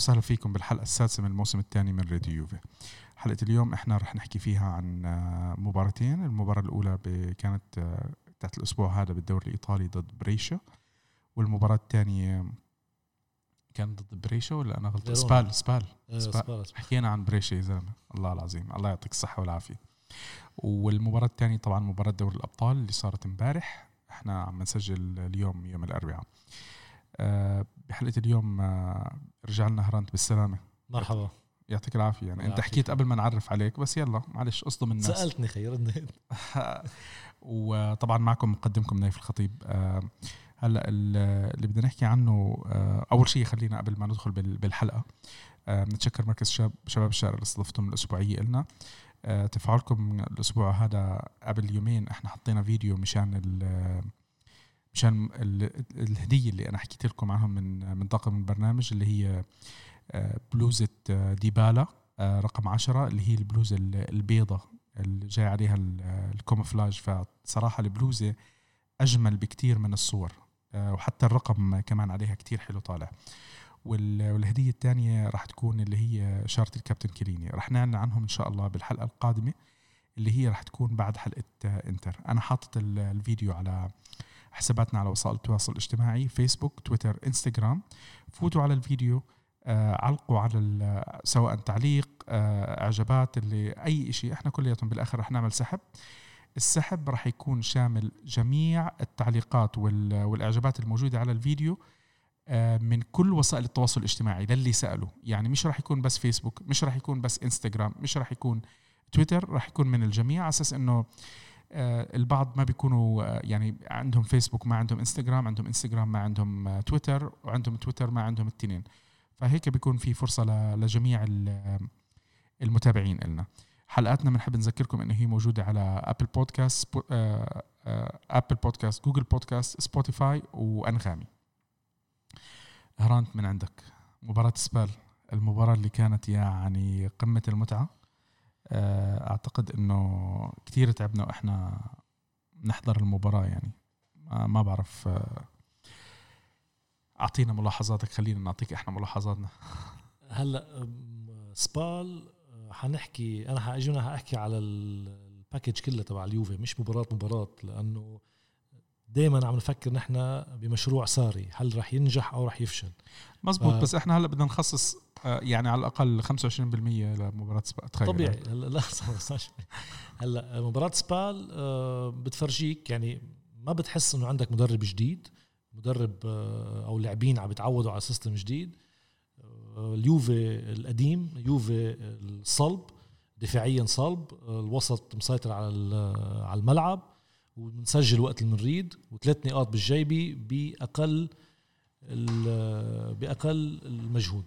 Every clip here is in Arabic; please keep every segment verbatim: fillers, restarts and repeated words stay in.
وسهلا فيكم بالحلقة السادسة من الموسم الثاني من راديو يوفي. حلقة اليوم احنا رح نحكي فيها عن مباراتين. المباراة الأولى كانت تحت الأسبوع هذا بالدوري الإيطالي ضد بريشا، والمباراة الثانية كان ضد بريشا ولا أنا غلط؟ سبال سبال, سبال. حكينا عن بريشا يا زلمة، الله العظيم، الله يعطيك الصحة والعافية. والمباراة الثانية طبعا مباراة دوري الأبطال اللي صارت امبارح. احنا عم نسجل اليوم يوم الأربعاء. أه بحلقة اليوم أه رجعنا هرانت بالسلامة. مرحبا، يعطيك العافية. يعني انت حكيت قبل ما نعرف عليك، بس يلا معلش اصدم الناس. سألتني خيرني. وطبعا معكم مقدمكم نايف الخطيب. أه هلا اللي بدنا نحكي عنه، أه اول شيء خلينا قبل ما ندخل بالحلقة أه نتشكر مركز شباب شباب الشارع اللي استضفتم الأسبوعية لنا. أه تفاعلكم الأسبوع هذا. قبل يومين احنا حطينا فيديو مشان مشان الهدية اللي أنا حكيت لكم عنهم من من طاقم البرنامج، اللي هي بلوزة ديبالا رقم عشرة، اللي هي البلوزة البيضة اللي جاي عليها الكومفلاج. فصراحة البلوزة أجمل بكتير من الصور، وحتى الرقم كمان عليها كتير حلو طالع. والهدية الثانية راح تكون اللي هي شارة الكابتن كيليني. راح نعلن عنهم إن شاء الله بالحلقة القادمة، اللي هي راح تكون بعد حلقة انتر. أنا حاطط الفيديو على حساباتنا على وسائل التواصل الاجتماعي، فيسبوك، تويتر، انستغرام. فوتوا على الفيديو، آه، علقوا على سواء تعليق، آه، اعجابات، اللي اي شيء. احنا كلياتهم بالاخر رح نعمل سحب. السحب رح يكون شامل جميع التعليقات والاعجابات الموجودة على الفيديو آه، من كل وسائل التواصل الاجتماعي للي سألوا. يعني مش رح يكون بس فيسبوك، مش رح يكون بس انستغرام، مش رح يكون تويتر، رح يكون من الجميع، على اساس انه البعض ما بيكونوا يعني عندهم فيسبوك ما عندهم انستغرام، عندهم انستغرام ما عندهم تويتر، وعندهم تويتر ما عندهم التنين. فهيك بيكون في فرصة لجميع المتابعين لنا. حلقاتنا بنحب نذكركم انه هي موجودة على ابل بودكاست، ابل بودكاست، جوجل بودكاست، سبوتيفاي، وانغامي. هرانت من عندك مباراة سبال، المباراة اللي كانت يعني قمة المتعة. اعتقد انه كتير تعبنا واحنا نحضر المباراة. يعني ما بعرف، اعطينا ملاحظاتك، خلينا نعطيك احنا ملاحظاتنا. هلا سبال حنحكي، انا حاجينا حاحكي على الباكيج كله تبع اليوفي، مش مباراة مباراة، لانه دائما عم نفكر نحن بمشروع ساري، هل رح ينجح او رح يفشل. مزبوط. ف... بس احنا هلا بدنا نخصص يعني على الاقل خمسة وعشرين بالمية لمباراة سبال. تخيل طبيعي. هلا لا صح. هلا مباراة سبال بتفرجيك، يعني ما بتحس انه عندك مدرب جديد، مدرب او لاعبين عم بيتعودوا على سيستم جديد. اليوفي القديم، يوفي الصلب، دفاعيا صلب، الوسط مسيطر على على الملعب، وبنسجل وقت اللي بنريد، وثلاث نقاط بالجيبي باقل باقل المجهود.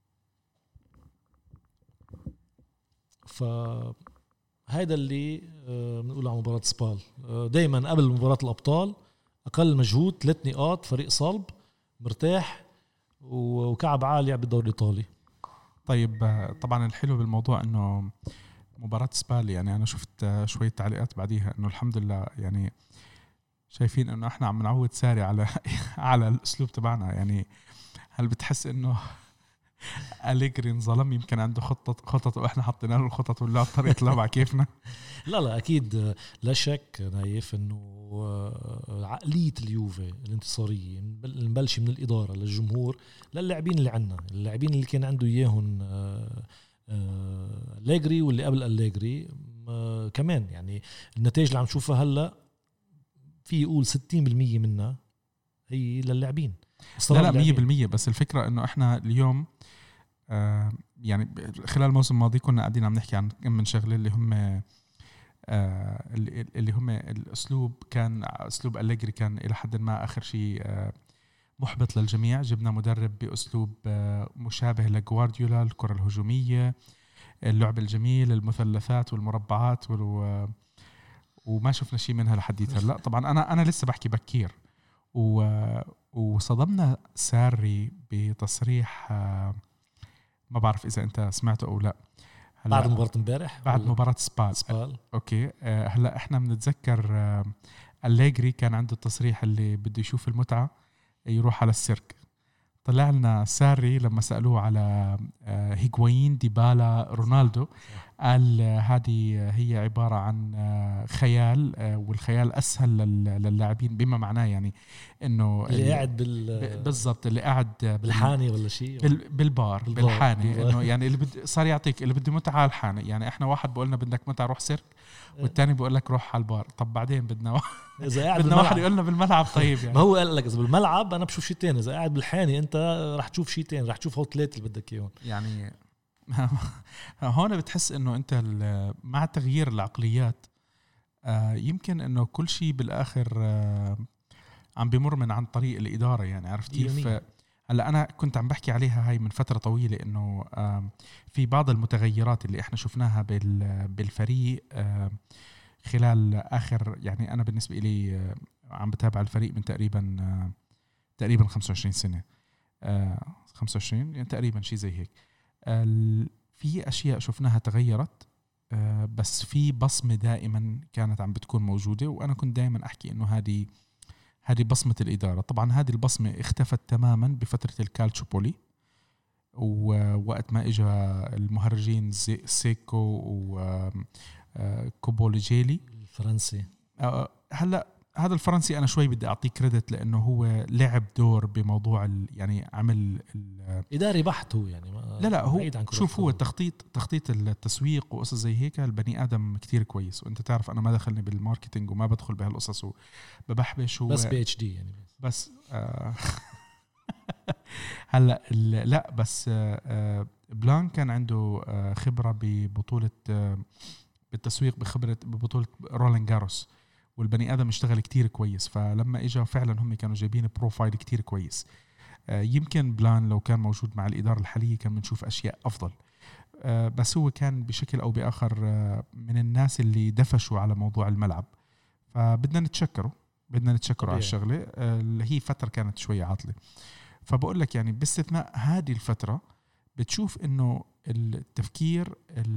فهذا اللي بنقول على مباراة سبال. دايما قبل مباراة الأبطال أقل مجهود، ثلاث نقاط، فريق صلب مرتاح وكعب عالي بالدوري الإيطالي. طيب طبعا الحلو بالموضوع إنه مباراة سبال، يعني أنا شفت شوية تعليقات بعديها إنه الحمد لله، يعني شايفين إنه إحنا عم نعود ساري على على الأسلوب تبعنا. يعني هل بتحس إنه أليجري انظلم؟ يمكن عنده خطة خطط وإحنا حطينا له الخطط ولا طريقة لعب كيفنا. لا لا أكيد لا شك نايف إنه عقلية اليوفي الانتصارية نبلش من الإدارة للجمهور للاعبين اللي عنا، اللاعبين اللي كان عنده إياهم أليجري واللي قبل أليجري كمان. يعني النتائج اللي عم نشوفها هلا في يقول ستين بالمية منها هي للاعبين. لا لا مية بالمية. بس الفكرة إنه إحنا اليوم آه يعني خلال الموسم الماضي كنا قاعدين عم نحكي عن كم من شغله، اللي هم آه اللي هم الأسلوب. كان أسلوب أليجري كان إلى حد ما آخر شيء آه محبط للجميع. جبنا مدرب بأسلوب آه مشابه لجوارديولا، الكرة الهجومية، اللعب الجميل، المثلثات والمربعات، وما شفنا شيء منها لحديت هلا. طبعا أنا أنا لسه بحكي بكير. وصدمنا ساري بتصريح آه ما بعرف إذا أنت سمعته أو لا. بعد مباراة امبارح، بعد مباراة سبال. سبال. أوكي. أه هلا إحنا بنتذكر أه أليجري كان عنده التصريح اللي بده يشوف المتعة يروح على السيرك. طلع لنا ساري لما سألوه على هيغوايين ديبالا رونالدو، قال هذه هي عبارة عن خيال، والخيال أسهل للاعبين، بما معناه يعني إنه اللي قاعد بال بالضبط اللي قاعد بالحانة ولا شيء بال... بالبار بالحانة، إنه يعني اللي بد... صار يعطيك اللي بده متعة على الحانة. يعني إحنا واحد بقولنا بدك متعة روح سيرك، والتاني بقول لك روح على البار. طب بعدين بدنا إذا قاعد بدنا واحد يقولنا بالملعب. طيب يعني ما هو قال لك إذا بالملعب أنا بشوف شيء تاني، إذا قاعد بالحانة أنت راح تشوف شيء تاني، راح تشوف هو ثلاثة اللي بدك إياهم يعني. هون بتحس إنه أنت مع تغيير العقليات يمكن إنه كل شيء بالآخر عم بيمر من عن طريق الإدارة. يعني عرفت كيف؟ هلا أنا كنت عم بحكي عليها هاي من فترة طويلة، إنه في بعض المتغيرات اللي إحنا شفناها بالفريق خلال آخر، يعني أنا بالنسبة إلي عم بتابع الفريق من تقريبا تقريبا خمسة وعشرين سنة، خمسة وعشرين يعني تقريبا شيء زي هيك. في أشياء شفناها تغيرت، بس في بصمة دائما كانت عم بتكون موجودة، وأنا كنت دائما أحكي إنه هذه هذه بصمة الإدارة. طبعا هذه البصمة اختفت تماما بفترة الكالتشوبولي، ووقت ما إجا المهرجين زي سيكو وكوبوليجيلي الفرنسي. هلأ هذا الفرنسي أنا شوي بدي أعطيه كريدت، لأنه هو لعب دور بموضوع يعني عمل إداري بحت هو يعني. لا لا هو شوف هو تخطيط تخطيط التسويق وقصص زي هيك. البني آدم كتير كويس، وأنت تعرف أنا ما دخلني بالماركتينج وما بدخل بهالقصص وببحبش بس بي اتش دي يعني بس آه هلا لا بس آه بلان كان عنده آه خبرة ببطولة آه بالتسويق، بخبرة ببطولة رولان جاروس، والبني آدم اشتغل كتير كويس. فلما إجا فعلا هم كانوا جايبين بروفايل كتير كويس. يمكن بلان لو كان موجود مع الإدارة الحالية كان بنشوف أشياء أفضل، بس هو كان بشكل أو بآخر من الناس اللي دفشوا على موضوع الملعب. فبدنا نتشكره بدنا نتشكره على الشغلة اللي هي فترة كانت شوية عاطلة. فبقول لك يعني باستثناء هذه الفترة بتشوف إنه التفكير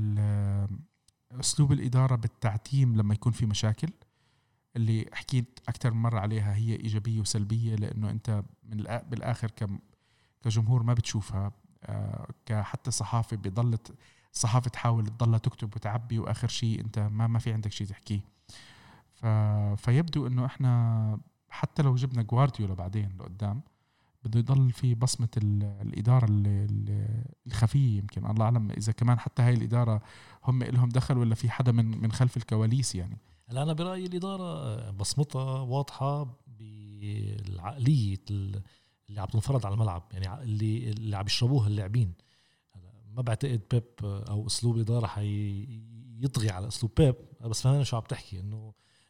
أسلوب الإدارة بالتعتيم لما يكون في مشاكل، اللي حكيت أكتر من مرة عليها، هي إيجابية وسلبية، لأنه أنت من بالآخر كجمهور ما بتشوفها، كحتى صحافة بضلت الصحافة تحاول تضلها تكتب وتعبي، وآخر شيء أنت ما ما في عندك شيء تحكيه. فيبدو إنه إحنا حتى لو جبنا جوارديولا بعدين لقدام بده يضل في بصمة الإدارة الخفية. يمكن الله أعلم إذا كمان حتى هاي الإدارة هم إلهم دخل ولا في حدا من من خلف الكواليس. يعني هلا أنا برأيي الإدارة بصمتها واضحة بالعقلية اللي عم تنفرض على الملعب، يعني اللي اللي عم يشربوها اللاعبين. ما بعتقد بيب أو أسلوب الإدارة حيطغي على أسلوب بيب، بس فهمنا شو عم تحكي، إنه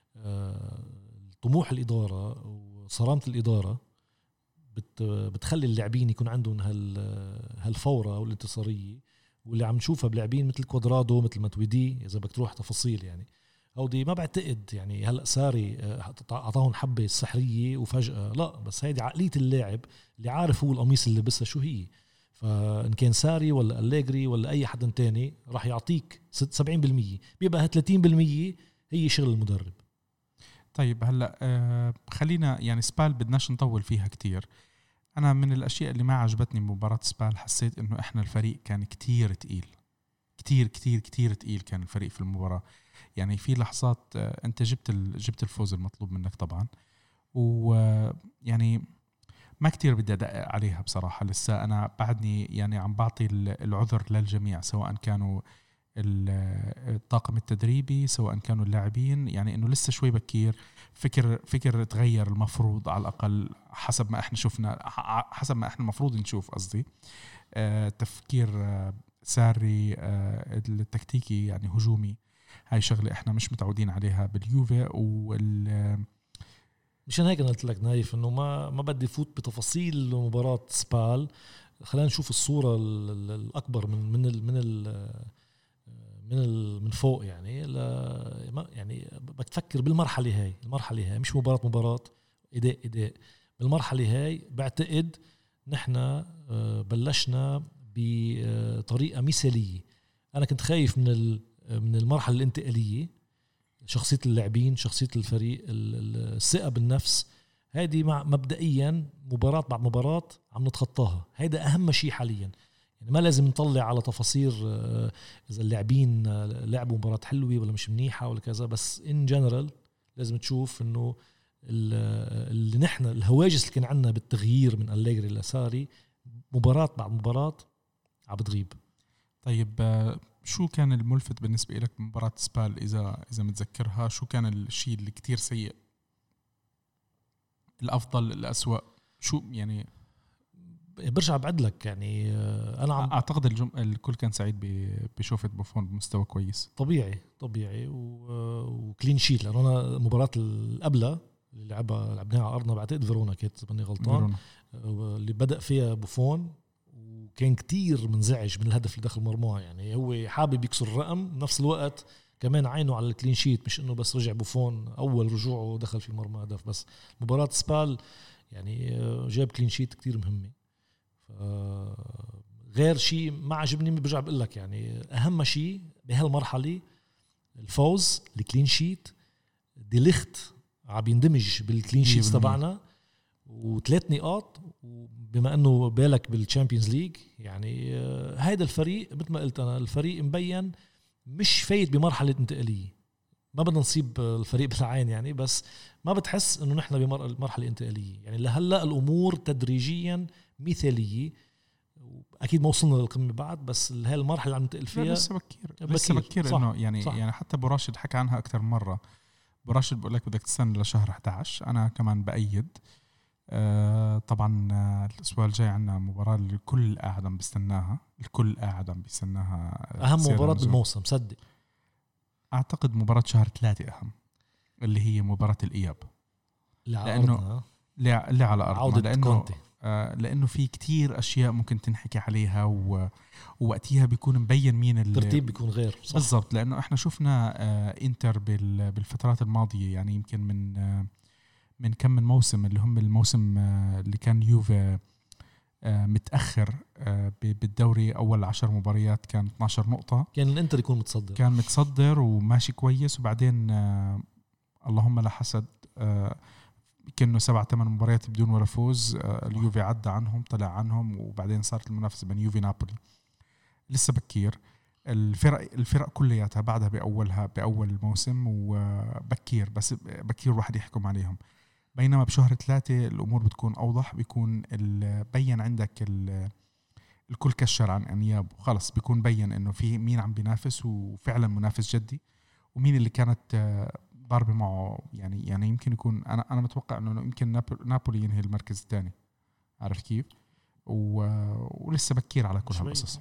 طموح الإدارة وصرامة الإدارة بتخلي اللاعبين يكون عندهم هالفورة والانتصارية، واللي عم نشوفها بلاعبين مثل كوادرادو مثل ماتويدي إذا بدك تروح تفاصيل. يعني أو دي ما بعتقد يعني هلأ ساري أعطاهم حبة سحرية وفجأة لا، بس هيدي عقلية اللاعب اللي عارف هو القميص اللي لبسها شو هي. فإن كان ساري ولا أليغري ولا أي حدا تاني راح يعطيك سبعين بالمية، بيبقى ثلاثين بالمية هي شغل المدرب. طيب هلأ آه خلينا يعني سبال بدناش نطول فيها كتير. أنا من الأشياء اللي ما عجبتني بمباراة سبال حسيت إنه إحنا الفريق كان كتير تقيل كتير كتير كتير تقيل كان الفريق في المباراة. يعني في لحظات آه أنت جبت جبت الفوز المطلوب منك طبعا، ويعني ما كتير بدي أدقق عليها بصراحة. لسه أنا بعدني يعني عم بعطي العذر للجميع، سواء كانوا الطاقم التدريبي سواء كانوا اللاعبين. يعني إنه لسه شوي بكير، فكر فكر تغير المفروض على الأقل حسب ما إحنا شفنا، حسب ما إحنا المفروض نشوف قصدي آه تفكير آه ساري آه التكتيكي يعني هجومي. هاي شغلة إحنا مش متعودين عليها باليوفي. وال مشان هيك أنا قلت لك نايف إنه ما ما بدي فوت بتفاصيل مباراة سبال. خلينا نشوف الصورة الأكبر من من ال من ال من من فوق. يعني لا يعني بدك تفكر بالمرحله هاي. المرحله هاي مش مباراه مباراه اداء اداء بالمرحله هاي بعتقد نحن بلشنا بطريقه مثاليه. انا كنت خايف من من المرحله الانتقاليه، شخصيه اللاعبين، شخصيه الفريق، الثقه بالنفس. هذه مع مبدئيا مباراة بعد مباراة عم نتخطاها. هيدا أهم شيء حاليا. يعني ما لازم نطلع على تفاصيل إذا اللاعبين لعبوا مباراة حلوة ولا مش منيحة ولا كذا، بس in general لازم تشوف إنه اللي نحن الهواجس اللي كان عنا بالتغيير من أليجري لساري مباراة بعد مباراة عم بتغيب. طيب شو كان الملفت بالنسبة لك بمباراة سبال إذا إذا متذكرها؟ شو كان الشيء اللي كتير سيء؟ الأفضل الأسوأ شو يعني؟ برجع بعد لك يعني أنا عم أعتقد الجم... الكل كان سعيد بشوفة بوفون بمستوى كويس. طبيعي طبيعي و... وكلين شيت، لأنه أنا المباراة القبلة اللي لعبها لعبناها على أرضنا بعتقد فيرونا كانت بني غلطان فيرونا. اللي بدأ فيها بوفون وكان كتير منزعج من الهدف اللي دخل مرماه. يعني هو حابب يكسر الرقم، بنفس الوقت كمان عينه على الكلين شيت، مش إنه بس رجع بوفون أول رجوعه دخل في مرمى هدف. بس مباراة سبال يعني جاب كلين شيت كتير مهمة. غير شيء ما عجبني برجع بقول لك يعني أهم شيء بهالمرحلة الفوز، الكلين شيت، دي ليخت عم يندمج بالكلين شيت تبعنا وثلاث نقاط. وبما انه بالك بالتشامبيونز ليج يعني هيدا الفريق مثل ما قلت انا الفريق مبين مش فايت بمرحله انتقاليه. ما بدنا نصيب الفريق بالعين يعني، بس ما بتحس انه نحن بمرحله انتقاليه. يعني لهلا الامور تدريجيا مثاليه. اكيد ما وصلنا للقمه بعد، بس هاي المرحله اللي عم ننتقل فيها لسه بكير لسه بكير انه يعني صح. يعني حتى ابو راشد حكى عنها اكثر مره. ابو راشد بقول لك بدك تستنى لشهر أحد عشر. انا كمان بايد. آه طبعا الاسبوع الجاي عندنا مباراه الكل قاعد عم بيستناها، الكل قاعد عم بيستناها. اهم مباراه بالموسم صدق. اعتقد مباراه شهر ثلاثة اهم، اللي هي مباراه الاياب، لانه اللي على ارضنا، لانه آه لانه في كتير اشياء ممكن تنحكي عليها و... ووقتها بيكون مبين مين الترتيب بيكون غير بالضبط. لانه احنا شفنا آه انتر بال... بالفترات الماضيه، يعني يمكن من آه من كم من موسم اللي هم الموسم آه اللي كان يوفي آه متاخر آه بالدوري، اول عشر مباريات كان اثنتي عشرة نقطه، كان الانتر يكون متصدر كان متصدر وماشي كويس، وبعدين آه اللهم لا حسد آه كانوا سبعة ثمان مباريات بدون ولا فوز. آه اليوفي عدى عنهم، طلع عنهم، وبعدين صارت المنافسه بين يوفي نابولي. لسه بكير. الفرق الفرق كلياتها بعدها باولها باول الموسم وبكير، بس بكير واحد يحكم عليهم. بينما بشهر ثلاثة الامور بتكون اوضح، بيكون بين عندك الكل كشر عن انياب، وخلص بيكون بين انه في مين عم بينافس وفعلا منافس جدي، ومين اللي كانت ضاربه معه. يعني يعني يمكن يكون انا انا متوقع انه يمكن نابولي ينهي المركز الثاني، عارف كيف؟ ولسه بكير على كل هالقصص.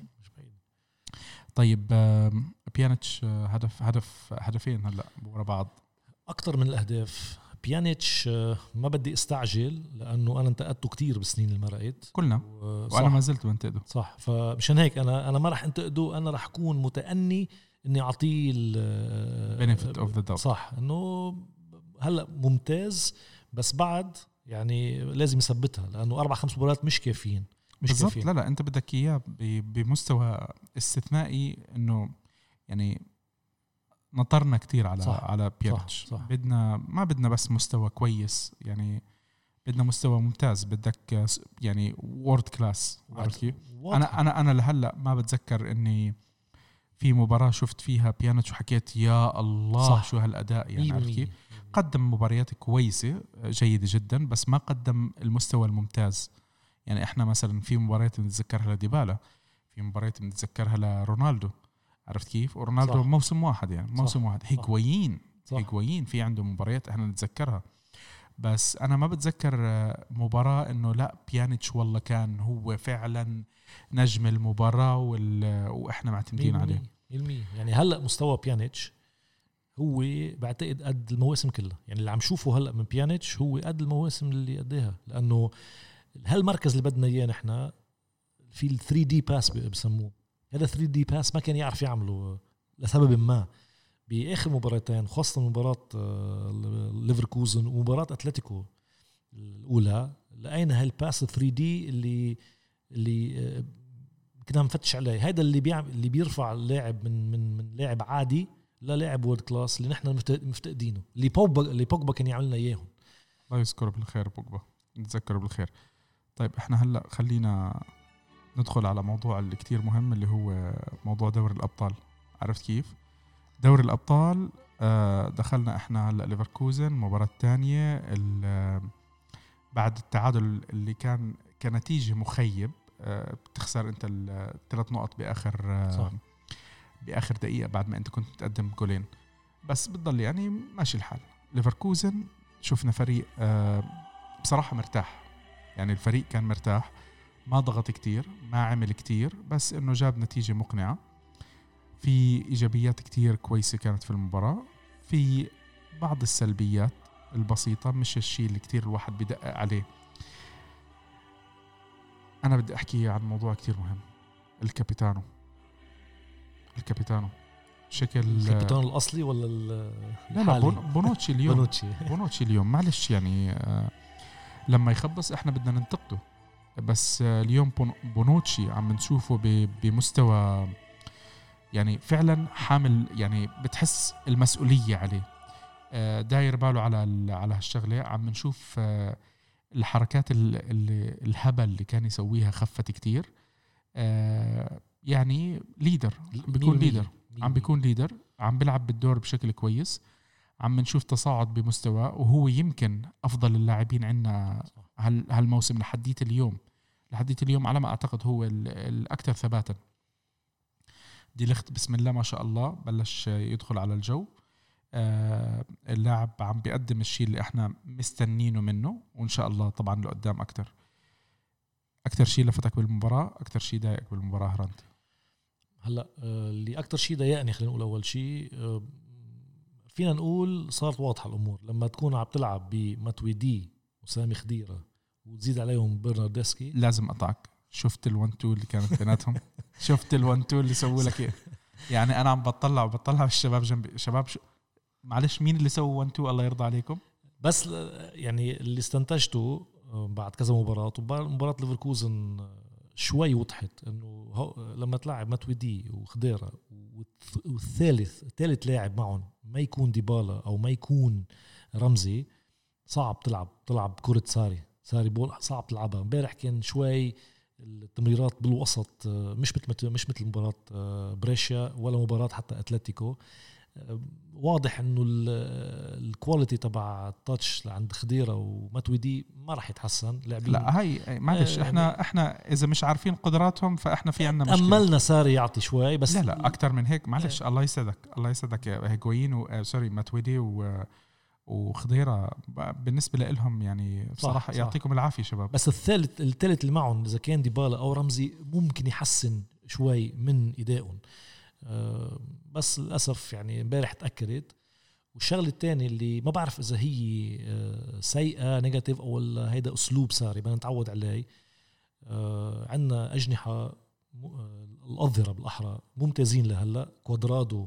طيب بيانيتش هدف هدف هدفين هلا ورا بعض، اكثر من الاهداف. بيانيتش ما بدي استعجل لانه انا انتقدته كتير بالسنين اللي مرقت كلنا و... وانا ما زلت بنتقده صح. فمشان هيك انا انا ما راح انتقده، انا راح اكون متأني اني اعطيه benefit of the doubt. صح انه هلا ممتاز، بس بعد يعني لازم يثبتها لانه اربع خمس مباريات مش كافيين مش بالضبط. كافيين. لا لا انت بدك اياه بمستوى استثنائي، انه يعني نطرنا كتير على صح. على بيانيتش. بدنا ما بدنا بس مستوى كويس، يعني بدنا مستوى ممتاز. بدك يعني وورد كلاس، عارف كيف؟ انا انا انا لهلا ما بتذكر اني في مباراة شفت فيها بيانيتش وحكيت يا الله صح. شو هالأداء، يعني عارف كيف؟ قدم مباريات كويسة جيدة جدا، بس ما قدم المستوى الممتاز. يعني احنا مثلا في مباريات بنتذكرها لديبالا، في مباريات بنتذكرها لرونالدو، عرفت كيف؟ ورونالدو صح. موسم واحد يعني موسم صح. واحد هيكوين هيكوين في عنده مباريات احنا نتذكرها، بس انا ما بتذكر مباراة انه لا بيانيتش والله كان هو فعلا نجم المباراة واحنا معتمدين عليه المية. يعني هلا مستوى بيانيتش هو بعتقد قد المواسم كلها، يعني اللي عم شوفه هلا من بيانيتش هو قد المواسم اللي قديها، لانه هالمركز اللي بدنا اياه نحن في ال ثري دي باس بسموه. هذا ثري دي باس ما كان يعرف يعمله لسبب ما باخر مباراتين، خاصه مباراه ليفركوزن ومباراه اتلتيكو الاولى. لقينا هالباس ثري دي اللي اللي كنا نفتش عليه. هذا اللي بيعمل اللي بيرفع اللاعب من من من لاعب عادي للاعب وورد كلاس اللي نحن مفتقدينه، اللي بوجبا اللي بوجبا كان يعملنا اياهم. الله يذكره بالخير بوجبا، نتذكره بالخير. طيب احنا هلا خلينا ندخل على موضوع اللي كتير مهم اللي هو موضوع دوري الأبطال. عرفت كيف؟ دوري الأبطال آه دخلنا احنا هلا ليفركوزن مباراة تانية بعد التعادل اللي كان كنتيجة مخيب. آه بتخسر انت الثلاث نقط بآخر آه بآخر دقيقة بعد ما انت كنت متقدم جولين، بس بتضل يعني ماشي الحال. ليفركوزن شفنا فريق آه بصراحة مرتاح، يعني الفريق كان مرتاح، ما ضغط كتير، ما عمل كتير، بس انه جاب نتيجة مقنعة. في ايجابيات كتير كويسة كانت في المباراة، في بعض السلبيات البسيطة مش الشيء اللي كتير الواحد بدقق عليه. انا بدي احكي عن موضوع كتير مهم، الكابيتانو. الكابيتانو شكل الكابيتان الاصلي ولا لا لا بونوتشي اليوم. بونوتشي بونوتشي اليوم معلش يعني آه لما يخبص احنا بدنا ننتقده، بس آه اليوم بونوتشي عم نشوفه بمستوى يعني فعلا حامل، يعني بتحس المسؤولية عليه، آه داير باله على على هالشغلة. عم نشوف آه الحركات الهبل اللي كان يسويها خفت كتير. آه يعني ليدر، بيكون ليدر، عم بيكون ليدر، عم بيلعب بالدور بشكل كويس، عم نشوف تصاعد بمستوى، وهو يمكن أفضل اللاعبين عندنا هالموسم لحديت اليوم. لحديت اليوم على ما أعتقد هو الأكثر ثباتا. دي ليخت بسم الله ما شاء الله بلش يدخل على الجو. آه اللاعب عم بيقدم الشيء اللي احنا مستنينه منه، وإن شاء الله طبعا لقدام أكتر. أكتر شيء لفتك بالمباراة، أكتر شيء ضايقك بالمباراة هرانت؟ هلا اللي أكتر شيء ضايقني خلينا نقول أول شيء، فينا نقول صارت واضحة الأمور لما تكون عم تلعب بماتويدي وسامي خديرة وتزيد عليهم برناردسكي. لازم أقطعك، شفت الوان تو اللي كانت بيناتهم؟ شفت الوان تو اللي سووا لك إيه؟ يعني أنا عم بطلع وبطلع الشباب جنبي، شباب شو معلش مين اللي سووا وان تو الله يرضى عليكم؟ بس يعني اللي استنتجته بعد كذا مباراة ومباراة ليفركوزن شوي وضحت انه لما تلعب ماتويدي وخديرة والثالث الثالث لاعب معهم ما يكون ديبالا او ما يكون رمزي، صعب تلعب تلعب كرة ساري ساري بول صعب تلعبها. امبارح كان شوي التمريرات بالوسط مش مثل مش مثل مباراة بريشيا ولا مباراة حتى اتلتيكو. واضح انه الكواليتي تبع التاتش عند خديرة وماتويدي ما راح يتحسن. لاعبين لا هاي معلش احنا احنا اذا مش عارفين قدراتهم فاحنا في عنا مشكله. املنا ساري يعطي شوي بس لا لا اكتر من هيك معلش. الله يسعدك الله يسعدك يا هيغوين و سوري ماتويدي و وخضيرة بالنسبة لهم يعني بصراحة صح يعطيكم صح. العافية شباب. بس الثالث الثالث اللي معهم إذا كان ديبالا أو رمزي ممكن يحسن شوي من إدائهم، أه بس للأسف يعني امبارح تأكدت. والشغل الثاني اللي ما بعرف إذا هي أه سيئة نيجاتيف أو هيدا أسلوب ساري بدنا نتعود عليه. أه عندنا أجنحة أه الأظهرة بالأحرى ممتازين لهلا، كوادرادو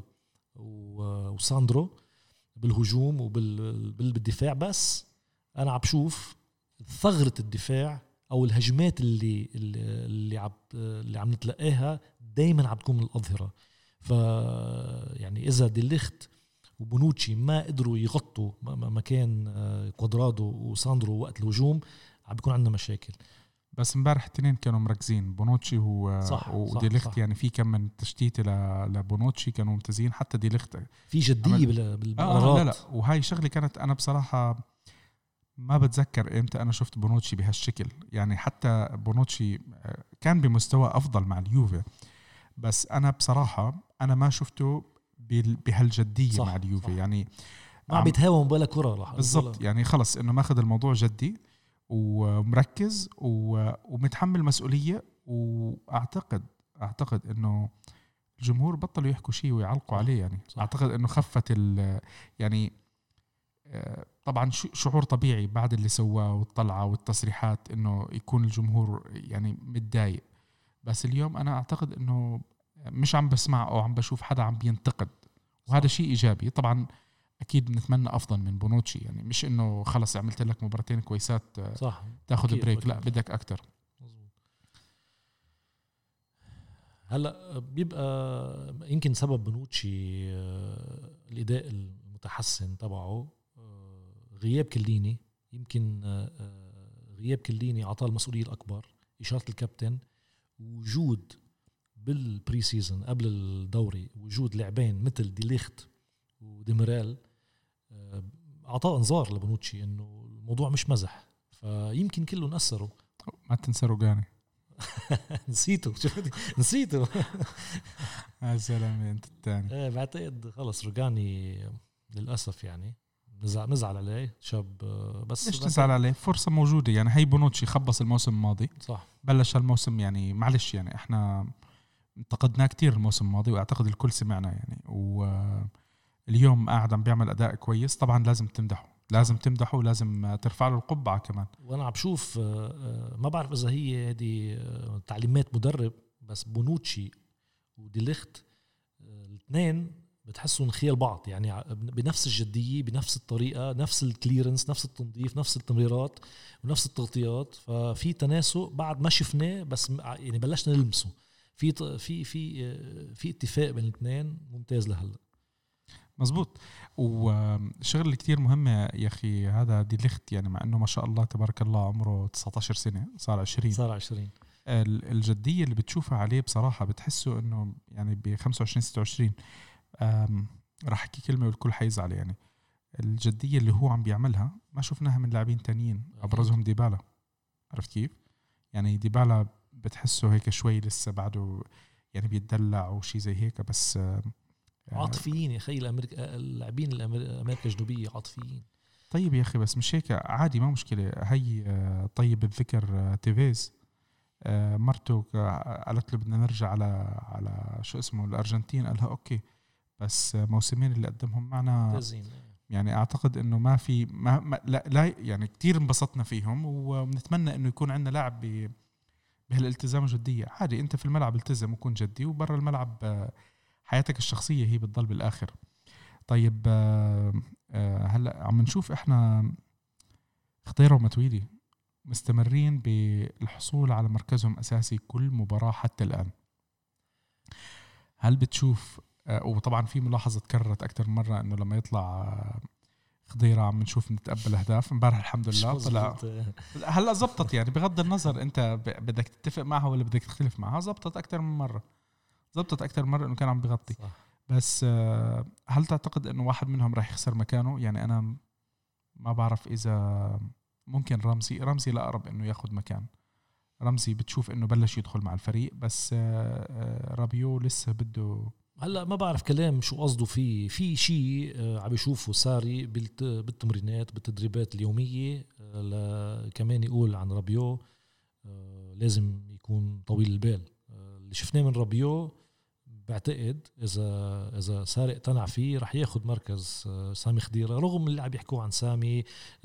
وساندرو بالهجوم وبالدفاع، بس أنا عم بشوف ثغرة الدفاع أو الهجمات اللي اللي عم اللي عم نتلقاها دايما عم تكون من الأظهرة. ف يعني إذا دي ليخت وبونوتشي ما قدروا يغطوا مكان كوادرادو وساندرو وقت الهجوم عم بيكون عندنا مشاكل. بس امبارح الاثنين كانوا مركزين، بونوتشي ودي ليخت، يعني في كم من تشتيت لبونوتشي كانوا ممتازين، حتى دي ليخت في جدية بالقرارات. آه لا لا وهاي شغلة كانت أنا بصراحة ما بتذكر إمتى أنا شفت بونوتشي بهالشكل. يعني حتى بونوتشي كان بمستوى أفضل مع اليوفي، بس أنا بصراحة أنا ما شفته بهالجدية مع اليوفي. يعني ما بيتهاون ولا كرة بالضبط، يعني خلص إنه ماخذ الموضوع جدي ومركز ومتحمل مسؤولية. وأعتقد أعتقد إنه الجمهور بطلوا يحكوا شيء ويعلقوا عليه. يعني صح. أعتقد إنه خفت ال يعني طبعا شعور طبيعي بعد اللي سواه والطلعة والتصريحات إنه يكون الجمهور يعني متضايق، بس اليوم أنا أعتقد إنه مش عم بسمع أو عم بشوف حدا عم بينتقد، وهذا شيء إيجابي. طبعا أكيد نتمنى أفضل من بونوتشي، يعني مش إنه خلص عملت لك مباراتين كويسات صح تاخد بريك أكيد. لا بدك أكتر. هلا بيبقى يمكن سبب بونوتشي الأداء المتحسن تبعه غياب كليني. يمكن غياب كليني عطاه المسؤولية الأكبر، إشارة الكابتن، وجود بالبري سيزن قبل الدوري وجود لاعبين مثل دي ليخت وديميرال أعطاه انذار لبونوتشي إنه الموضوع مش مزح، فيمكن كله نأثروا. ما تنسى روجاني. نسيته نسيته يا زلمة انت الثاني. ايه بعتقد خلص روجاني للأسف يعني نزعل نزعل عليه شاب، بس ليش نزعل عليه؟ فرصة موجودة يعني. هي بونوتشي خبص الموسم الماضي صح، بلش الموسم يعني معلش يعني احنا انتقدناه كتير الموسم الماضي واعتقد الكل سمعنا يعني، واليوم قاعد عم بيعمل اداء كويس. طبعا لازم تمدحه لازم تمدحه ولازم ترفع له القبعة كمان. وانا عم بشوف ما بعرف اذا هي هذه تعليمات مدرب، بس بونوتشي وديليخت الاثنين بتحسوا خيال بعض يعني، بنفس الجدية بنفس الطريقة نفس الكليرنس نفس التنظيف نفس التمريرات ونفس التغطيات، ففي تناسق بعد ما شفناه بس يعني بلشنا نلمسه في في في في اتفاق بين الاثنين ممتاز لهلا. مزبوط. وشغل اللي كتير مهمة يا أخي هذا ديليخت يعني، مع أنه ما شاء الله تبارك الله عمره تسعة عشر سنة صار عشرين صار عشرين الجدية اللي بتشوفها عليه بصراحة بتحسه أنه يعني ب خمسة وعشرين ستة وعشرين راح أحكي كلمة والكل حيزعل يعني. الجدية اللي هو عم بيعملها ما شفناها من لاعبين تانيين أبرزهم ديبالا. عرفت كيف يعني؟ ديبالا بتحسه هيك شوي لسه بعده يعني بيتدلع وشي زي هيك، بس عاطفيين يا اخي اللاعبين الامريكا الجنوبيه عاطفيين. طيب يا اخي بس مش هيك عادي ما مشكله. هي طيب الذكر تيفيز مرته قالت له بدنا نرجع على على شو اسمه الارجنتين، قالها اوكي، بس موسمين اللي قدمهم معنا يعني اعتقد انه ما في ما, ما لا, لا يعني كتير انبسطنا فيهم، وبنتمنى انه يكون عندنا لاعب بهالالتزام وجديه. عادي انت في الملعب التزم وكون جدي، وبرا الملعب حياتك الشخصية هي بتضل بالآخر. طيب آه آه هلأ عم نشوف إحنا خضيرة ومتويلي مستمرين بالحصول على مركزهم أساسي كل مباراة حتى الآن. هل بتشوف آه وطبعا في ملاحظة تكررت أكتر مرة إنه لما يطلع آه خضيرة عم نشوف نتقبل أهداف. امبارح الحمد لله طلع هلأ زبطت يعني، بغض النظر أنت بدك تتفق معها ولا بدك تختلف معها، زبطت أكتر من مرة زبطت أكتر مرة إنه كان عم بيغطي صح. بس هل تعتقد إنه واحد منهم راح يخسر مكانه؟ يعني أنا ما بعرف إذا ممكن رمزي رمزي لا أقرب إنه ياخد مكان رمزي. بتشوف إنه بلش يدخل مع الفريق، بس رابيو لسه بده. هلا ما بعرف كلام شو قصده فيه في شيء عم بيشوفه ساري بالتمرينات بالتدريبات اليومية. كمان يقول عن رابيو لازم يكون طويل البال. اللي شفناه من رابيو بعتقد إذا إذا سارق اقتنع فيه رح ياخد مركز سامي خضيرة، رغم اللي عم يحكوا عن سامي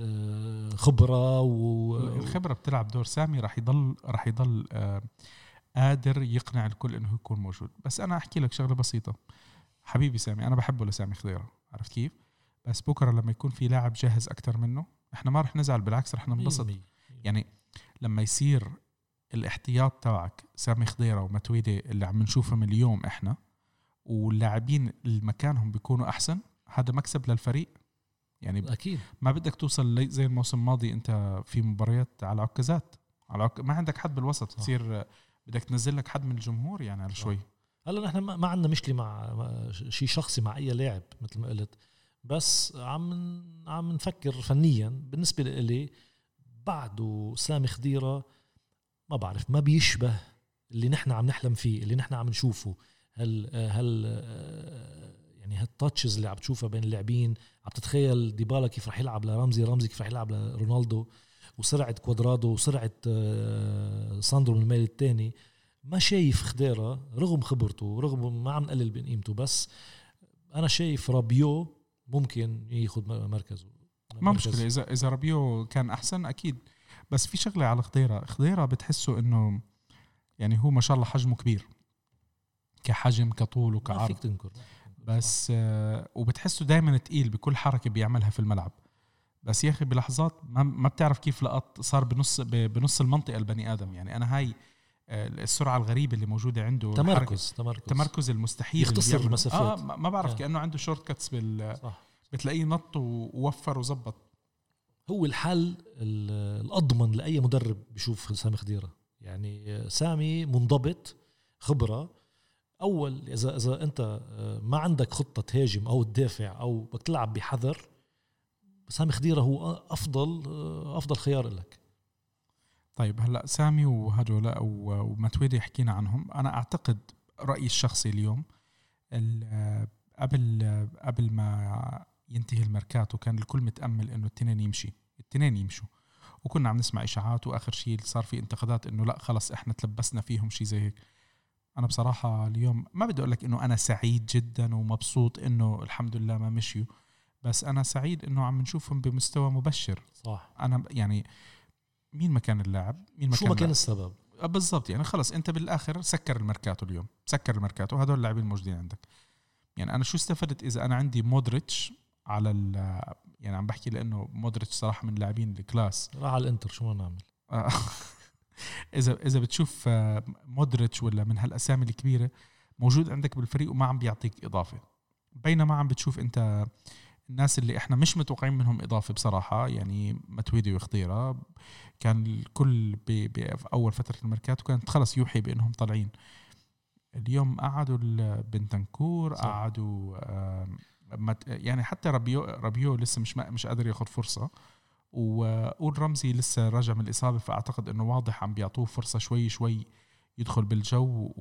خبرة والخبرة بتلعب دور. سامي رح يضل رح يضل قادر يقنع الكل إنه يكون موجود. بس أنا أحكي لك شغلة بسيطة، حبيبي سامي أنا بحبه لسامي خضيرة، عرفت كيف؟ بس بكرة لما يكون في لاعب جاهز أكتر منه إحنا ما رح نزعل، بالعكس رح ننبسط. يعني لما يصير الاحتياط تاعك سامي خضيرة ومتويدي اللي عم نشوفهم اليوم احنا، واللاعبين المكانهم بيكونوا احسن، هذا مكسب للفريق يعني. اكيد ما بدك توصل زي الموسم الماضي انت في مباريات على عكازات على عك... ما عندك حد بالوسط، تصير بدك تنزل لك حد من الجمهور يعني على شوي. هلا نحن ما عندنا مشكله مع شيء شخصي مع اي لاعب مثل ما قلت، بس عم عم نفكر فنيا. بالنسبه لي بعده سامي خضيرة ما بعرف ما بيشبه اللي نحن عم نحلم فيه، اللي نحن عم نشوفه. هل هل يعني هالتاتشز اللي عم تشوفها بين اللاعبين، عم تتخيل ديبالا كيف رح يلعب لرمزي، رمزي كيف رح يلعب لرونالدو، وسرعة كوادرادو وسرعة ساندرو من الميل الثاني. ما شايف خضيرة رغم خبرته، رغم ما عم نقلل من قيمته، بس أنا شايف رابيو ممكن ياخد مركزه. ما مشكلة إذا إذا رابيو كان أحسن أكيد. بس في شغلة على خضيرة، خضيرة بتحسه إنه يعني هو ما شاء الله حجمه كبير كحجم كطول وكعرض، بس آه وبتحسه دايما تقيل بكل حركة بيعملها في الملعب. بس يا أخي بلحظات ما, ما بتعرف كيف لقط صار بنص بنص المنطقة البني آدم. يعني أنا هاي السرعة الغريبة اللي موجودة عنده، تمركز تمركز, تمركز المستحيل يختصر المسافات. آه ما بعرف آه. كأنه عنده شورت كاتس بال صح. بتلاقيه نط ووفر وزبط. هو الحل الأضمن لأي مدرب بيشوف سامي خضيرة. يعني سامي منضبط خبرة. أول إذا إذا أنت ما عندك خطة تهاجم أو تدافع أو بدك تلعب بحذر، سامي خضيرة هو أفضل أفضل خيار لك. طيب هلا سامي وهدول ومتويدي حكينا عنهم. أنا أعتقد رأيي الشخصي اليوم قبل قبل ما ينتهي الميركاتو كان الكل متأمل إنه التنين يمشي التنين يمشوا، وكنا عم نسمع إشاعات، وآخر شيء صار في انتقادات إنه لا خلص إحنا تلبسنا فيهم شيء زي هيك. أنا بصراحة اليوم ما بدي أقول لك إنه أنا سعيد جدا ومبسوط إنه الحمد لله ما مشيوا، بس أنا سعيد إنه عم نشوفهم بمستوى مبشر. صح. أنا يعني مين مكان اللاعب، مين مكان شو ما كان السبب بالضبط. يعني خلص أنت بالآخر سكر الميركاتو اليوم، سكر الميركاتو، هذول اللاعبين الموجودين عندك. يعني أنا شو استفدت إذا أنا عندي مودريتش على ال يعني عم بحكي لأنه مودريتش صراحة من لاعبين الكلاس راح على الانتر، شو ما نعمل؟ إذا إذا بتشوف مودريتش ولا من هالأسامي الكبيرة موجود عندك بالفريق وما عم بيعطيك إضافة، بينما عم بتشوف أنت الناس اللي إحنا مش متوقعين منهم إضافة بصراحة. يعني متويدي وخضيرة كان الكل بأول فترة الميركاتو كانت خلص يوحي بأنهم طالعين. اليوم قعدوا البنتنكور، قعدوا يعني حتى ربيو ربيو لسه مش مش قادر ياخد فرصة، وقول رمزي لسه راجع من الإصابة، فأعتقد إنه واضح عم بيعطوه فرصة شوي شوي يدخل بالجو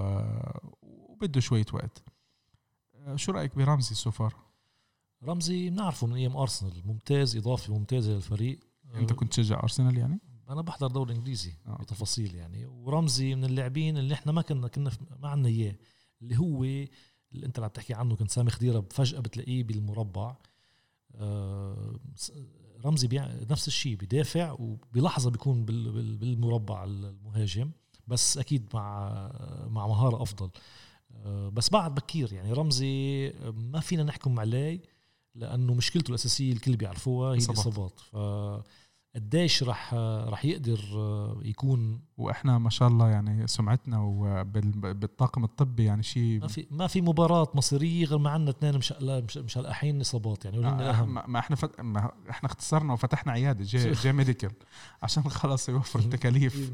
وبده شوية وقت. شو رأيك برمزي سوفر؟ رمزي بنعرفه من أيام أرسنال، ممتاز، إضافة ممتازة للفريق. أنت كنت تشجع أرسنال يعني؟ أنا بحضر دوري إنجليزي آه. بتفاصيل يعني. ورمزي من اللاعبين اللي إحنا ما كنا كنا ما عنا إياه، اللي هو اللي أنت اللي بتحكي عنه كنت سامي خضيرة فجأة بتلاقيه بالمربع. آه رمزي بيع نفس الشيء، بيدافع وبلحظة بيكون بالمربع المهاجم، بس أكيد مع مع مهارة أفضل. آه بس بعد بكير يعني رمزي ما فينا نحكم عليه، لأنه مشكلته الأساسية الكل بيعرفوها هي الإصابات. فقديش رح رح يقدر يكون، وإحنا ما شاء الله يعني سمعتنا وبالطاقم الطبي يعني شيء ما في ما في مباراة مصيرية غير ما عندنا اثنين مش مش مش الحين إصابات يعني. آه ما إحنا فت... ما إحنا اختصرنا وفتحنا عيادة جي, جي ميديكال عشان خلاص يوفر التكاليف.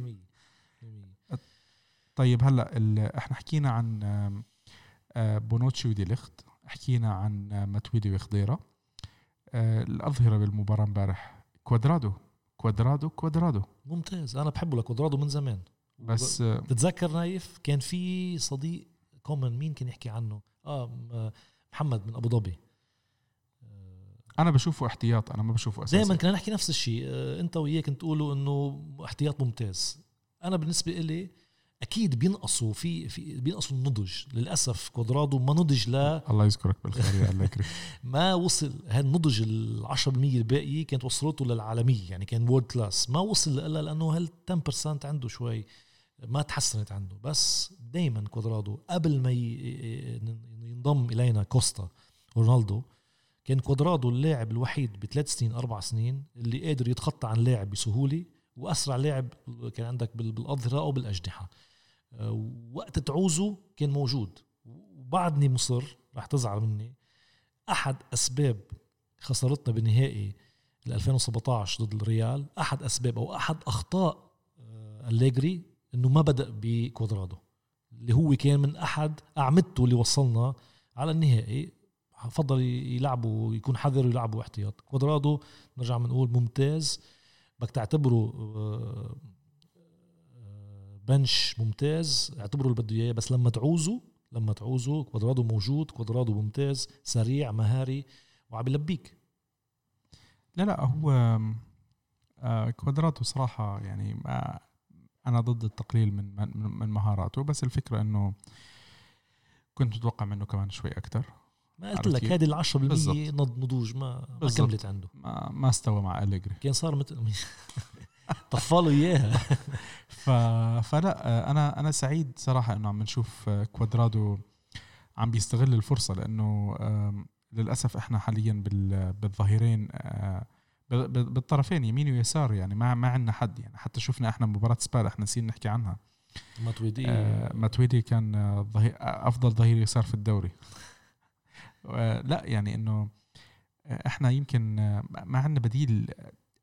طيب هلا ال... إحنا حكينا عن بونوتشي ودي ليخت، حكينا عن متويدي وخضيرة. الأظهرة بالمباراة امبارح كوادرادو كوادرادو كوادرادو ممتاز. أنا بحبه لكوادرادو من زمان. بس تتذكر نايف كان في صديق كومن مين كان يحكي عنه آه محمد من أبو ظبي. أنا بشوفه احتياط، أنا ما بشوفه أساسي. دائما كنا نحكي نفس الشيء، أنت وياك كنت تقولوا إنه احتياط ممتاز. أنا بالنسبة إلي أكيد بينقصوا في في بينقصوا النضج. للأسف كوادرادو ما نضج لا الله يذكرك بالخير يا الله يكرمك ما وصل هالنضج العشرة بالمية الباقي كانت وصلته للعالمية يعني، كان وورد كلاس، ما وصل إلا لأنه هال عشرة بالمية عنده شوي ما تحسنت عنده. بس دايما كوادرادو قبل ما ينضم إلينا كوستا ورونالدو كان كوادرادو اللاعب الوحيد بثلاث سنين أربع سنين اللي قادر يتخطى عن لاعب بسهولة، وأسرع لاعب كان عندك بالأظهرة أو بالأجنحة. وقت تعوزه كان موجود. وبعدني مصر راح تزعل مني، أحد أسباب خسارتنا بالنهائي ألفين وسبعة عشر ضد الريال، أحد أسباب أو أحد أخطاء أليجري إنه ما بدأ بكوادرادو اللي هو كان من أحد أعمدته اللي وصلنا على النهائي. فضل يلعبوا ويكون حذر ويلعبوا احتياط. كوادرادو نرجع منقول ممتاز، بدك تعتبره بنش ممتاز، اعتبره اللي بده اياه، بس لما تعوزه لما تعوزه كوادرادو موجود. كوادرادو ممتاز، سريع، مهاري، وعم يلبيك. لا لا هو آه كوادرادو صراحة يعني ما أنا ضد التقليل من من مهاراته، بس الفكرة إنه كنت متوقع منه كمان شوي أكتر. ما قلت لك هذه العشرة بالمية نضوج ما ما كملت عنده، ما ما استوى مع أليجري، كان صار مثل طفالوا إياها. ف... فلا أنا أنا سعيد صراحة إنه عم نشوف كوادرادو عم بيستغل الفرصة، لأنه للأسف إحنا حاليا بال... بالظهيرين بالطرفين يمين ويسار يعني ما ما عندنا حد يعني. حتى شفنا إحنا مباراة سبال إحنا نسينا نحكي عنها، ماتويدي آه ماتويدي كان ظهير أفضل ظهير يسار في الدوري. لا يعني إنه إحنا يمكن ما عندنا بديل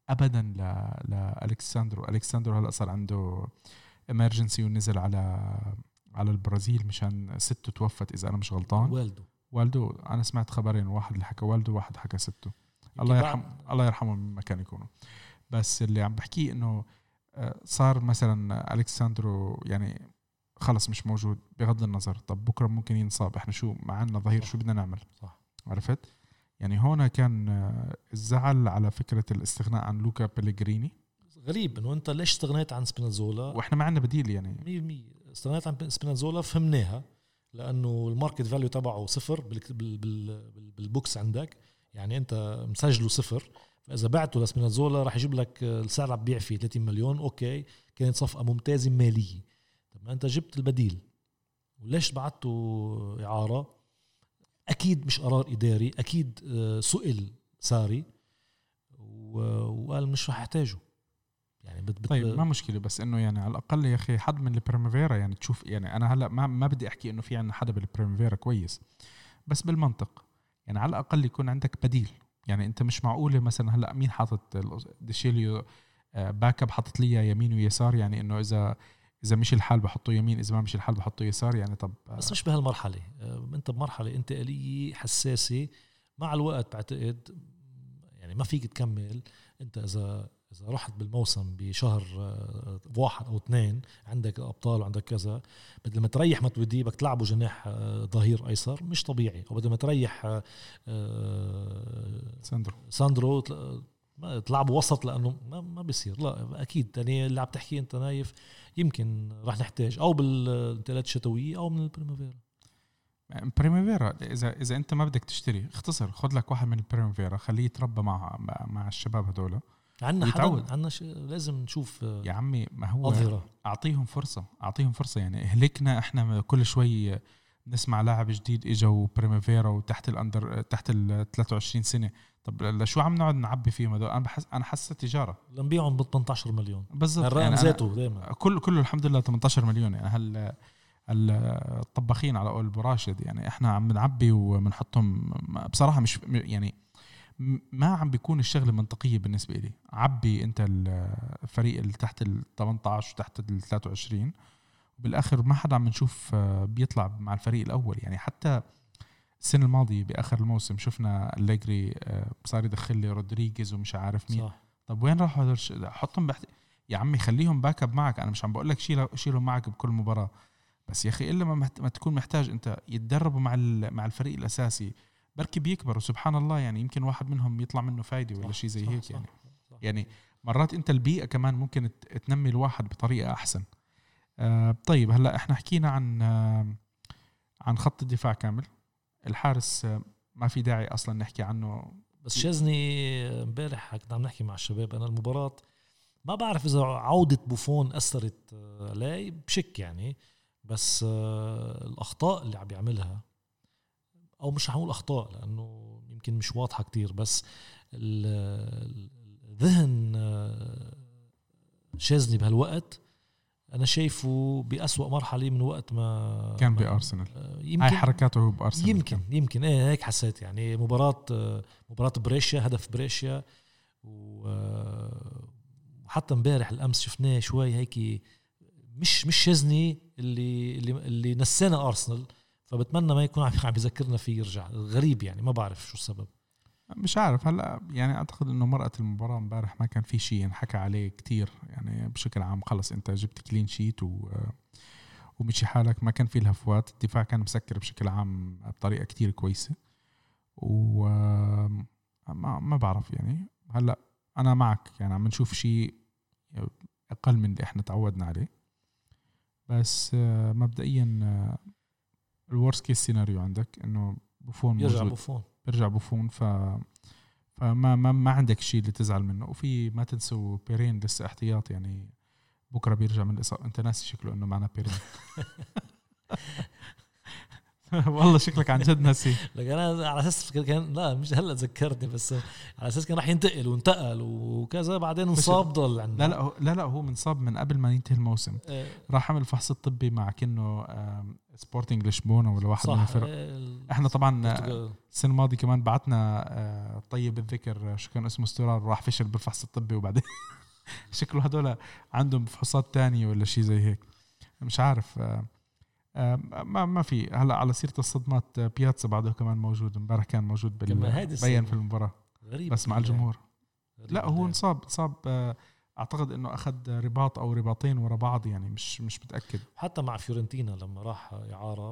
ابدا ل لالكساندرو. الكساندرو هلا صار عنده امرجنسي ونزل على على البرازيل مشان سته توفت اذا انا مش غلطان. والده والده انا سمعت خبرين، واحد اللي حكى والده وواحد حكى سته. الله يرحم الله يرحمه من مكان يكونوا. بس اللي عم بحكيه انه صار مثلا الكساندرو يعني خلص مش موجود بغض النظر، طب بكره ممكن ينصاب، احنا شو معنا ظهير شو بدنا نعمل؟ صح. عرفت يعني هنا كان الزعل على فكره الاستغناء عن لوكا بيليغريني. غريب انه انت ليش استغنيت عن سبينازولا واحنا ما عندنا بديل يعني مية بالمية. استغنيت عن سبينازولا فهمناها لانه الماركت فاليو تبعه صفر بالبوكس عندك، يعني انت مسجله صفر، فاذا بعته لسبينازولا راح يجيب لك السعر عم بيع فيه ثلاثين مليون. اوكي كانت صفقه ممتازه ماليه. طب ما انت جبت البديل وليش بعته اعاره؟ اكيد مش قرار اداري، اكيد سئل ساري وقال مش راح احتاجه يعني. بت بت طيب ما مشكله، بس انه يعني على الاقل يا اخي حد من البريميفيرا يعني تشوف. يعني انا هلا ما ما بدي احكي انه في عندنا حدا بالبريميفيرا كويس، بس بالمنطق يعني على الاقل يكون عندك بديل. يعني انت مش معقوله مثلا هلا مين حاطط ديشيليو باك اب حاطط لي يمين ويسار، يعني انه اذا اذا مش الحال بحطه يمين، اذا ما مش الحال بحطه يسار يعني. طب بس مش بهالمرحله، انت بمرحله انتقاليه حساسه مع الوقت بعتقد يعني ما فيك تكمل. انت اذا اذا رحت بالموسم بشهر واحد او اثنين عندك ابطال وعندك كذا، بدل ما تريح متودي بدك تلعبه جناح ظهير ايسر مش طبيعي، او بدل ما تريح ساندرو ساندرو تلعبه وسط لانه ما ما بيصير. لا اكيد يعني اللي عم تحكي انت نايف يمكن راح نحتاج او بالانتقالات الشتويه او من البريميفيرا. بريميفيرا اذا اذا انت ما بدك تشتري اختصر خذ لك واحد من البريميفيرا خليه يتربى مع مع الشباب هذول. عنا حدا عنا ش... لازم نشوف يا عمي ما هو أظهرة. اعطيهم فرصه اعطيهم فرصه يعني هلكنا احنا كل شوي نسمع لاعب جديد اجوا بريميفيرا وتحت الاندر تحت ال ثلاثة وعشرين سنه. طب لشو عم نقعد نعبي فيهم هذول؟ انا بحس انا حاسه تجاره لنبيعهم ب ثمانية عشر مليون بالضبط. الرقم يعني ذاته دائما كل كله الحمد لله ثمانية عشر مليون يعني. هل الطباخين على قول براشد يعني احنا عم نعبي وبنحطهم بصراحه مش يعني ما عم بيكون الشغله منطقيه بالنسبه لي. عبي انت الفريق اللي تحت ال ثمانية عشر وتحت ال ثلاثة وعشرين وبالاخر ما حدا عم نشوف بيطلع مع الفريق الاول. يعني حتى السنه الماضيه باخر الموسم شفنا أليجري صار يدخل لي رودريغيز ومش عارف مين. صح. طب وين راحوا هذول؟ حطهم بحت... يا عمي خليهم باك اب معك. انا مش عم بقول لك شيلوا شيلوا معك بكل مباراه، بس يا اخي الا ما, محت... ما تكون محتاج انت يتدربوا مع ال... مع الفريق الاساسي بركي بيكبروا سبحان الله. يعني يمكن واحد منهم يطلع منه فايده ولا شيء زي هيك. صح يعني صح. يعني مرات انت البيئه كمان ممكن تنمي الواحد بطريقه احسن. آه طيب هلا احنا حكينا عن آه عن خط الدفاع كامل. الحارس آه ما في داعي اصلا نحكي عنه. بس شازني امبارح كنا عم نحكي مع الشباب انا المباراه ما بعرف اذا عوده بوفون اثرت علي بشك يعني، بس آه الاخطاء اللي عم بيعملها او مش هقول اخطاء لانه يمكن مش واضحه كتير، بس الذهن شازني بهالوقت انا شايفه بأسوأ مرحله من وقت ما كان بارسنال. هاي حركاته هو بارسنال يمكن كان. يمكن ايه هيك حسيت يعني. مباراه مباراه بريشيا هدف بريشيا وحتى امبارح الامس شفناه شوي هيك مش مش شازني اللي اللي اللي نسينا ارسنال، فبتمنى ما يكون عم بيذكرنا فيه يرجع. غريب يعني ما بعرف شو السبب. مش عارف هلا يعني اعتقد انه مرقه المباراه امبارح ما كان في شيء ينحكى عليه كتير يعني. بشكل عام خلص انت جبت كلين شيت و ومشي حالك، ما كان في الهفوات. الدفاع كان مسكر بشكل عام بطريقه كتير كويسه وما ما بعرف يعني. هلا انا معك يعني عم نشوف شيء اقل من اللي احنا تعودنا عليه، بس مبدئيا الورست كيس سيناريو عندك انه بوفون يرجع بوفون بيرجع بوفون ف فما ما, ما عندك شيء اللي تزعل منه. وفي ما تنسوا بيرين لسه احتياط يعني بكره بيرجع من الإصابة. انت ناسي شكله انه معنا بيرين. والله شكلك عن جد ناسي. لكن انا على اساس كان لا مش هلا تذكرتني بس على اساس كان راح ينتقل وانتقل وكذا بعدين انصاب ضل عندنا. لا لا هو لا لا هو منصاب من قبل ما ينتهي الموسم. اه راح عمل الفحص الطبي مع كأنه سبورتنج لشبونه ولا واحد من الفرق. اه احنا طبعا السنه الماضيه كمان بعتنا طيب الذكر شو كان اسمه استرار راح فشل بالفحص الطبي وبعدين شكله هدول عندهم فحوصات تانية ولا شيء زي هيك مش عارف. ما ما في هلا على سيرة الصدمات بياتسا بعده كمان موجود امبارح كان موجود بين في المباراة غريب بس مع الجمهور. لا هو يعني. انصاب انصاب اعتقد انه اخذ رباط او رباطين ورا بعض يعني مش مش متاكد. حتى مع فيورنتينا لما راح اعاره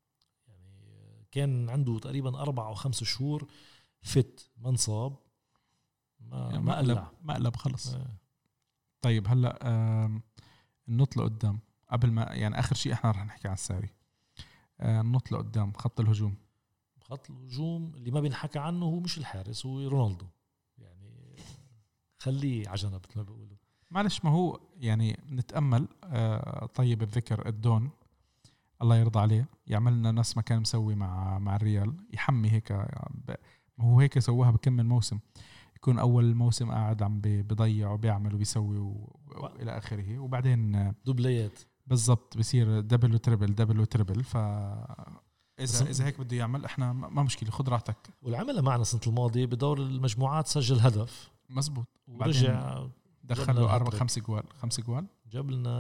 يعني كان عنده تقريبا اربع او خمس شهور فت ما انصاب ما يعني ما مقلب قلع مقلب خلص. اه. طيب هلا النط لقدام قبل ما يعني اخر شيء احنا رح نحكي عن الساري. النط لقدام خط الهجوم. خط الهجوم اللي ما بينحكى عنه هو مش الحارس هو رونالدو يعني خليه عجنة مثل ما بيقولوا. معلش ما هو يعني نتأمل آه طيب الذكر الدون الله يرضى عليه يعمل لنا نفس ما كان مسوي مع مع الريال يحمي هيك ما هو هيك سواها بكمل موسم يكون أول موسم قاعد عم بيضيع وبيعمل وبيسوي وإلى آخره وبعدين دوبليات بالضبط بصير دبل وتربل دبل وتربل. ف إذا إذا هيك بده يعمل إحنا ما مشكلة خد راحتك. والعملها معنا السنة الماضية بدور المجموعات سجل هدف مزبوط ورجع دخل له أربع خمس جوال خمس جوال جاب لنا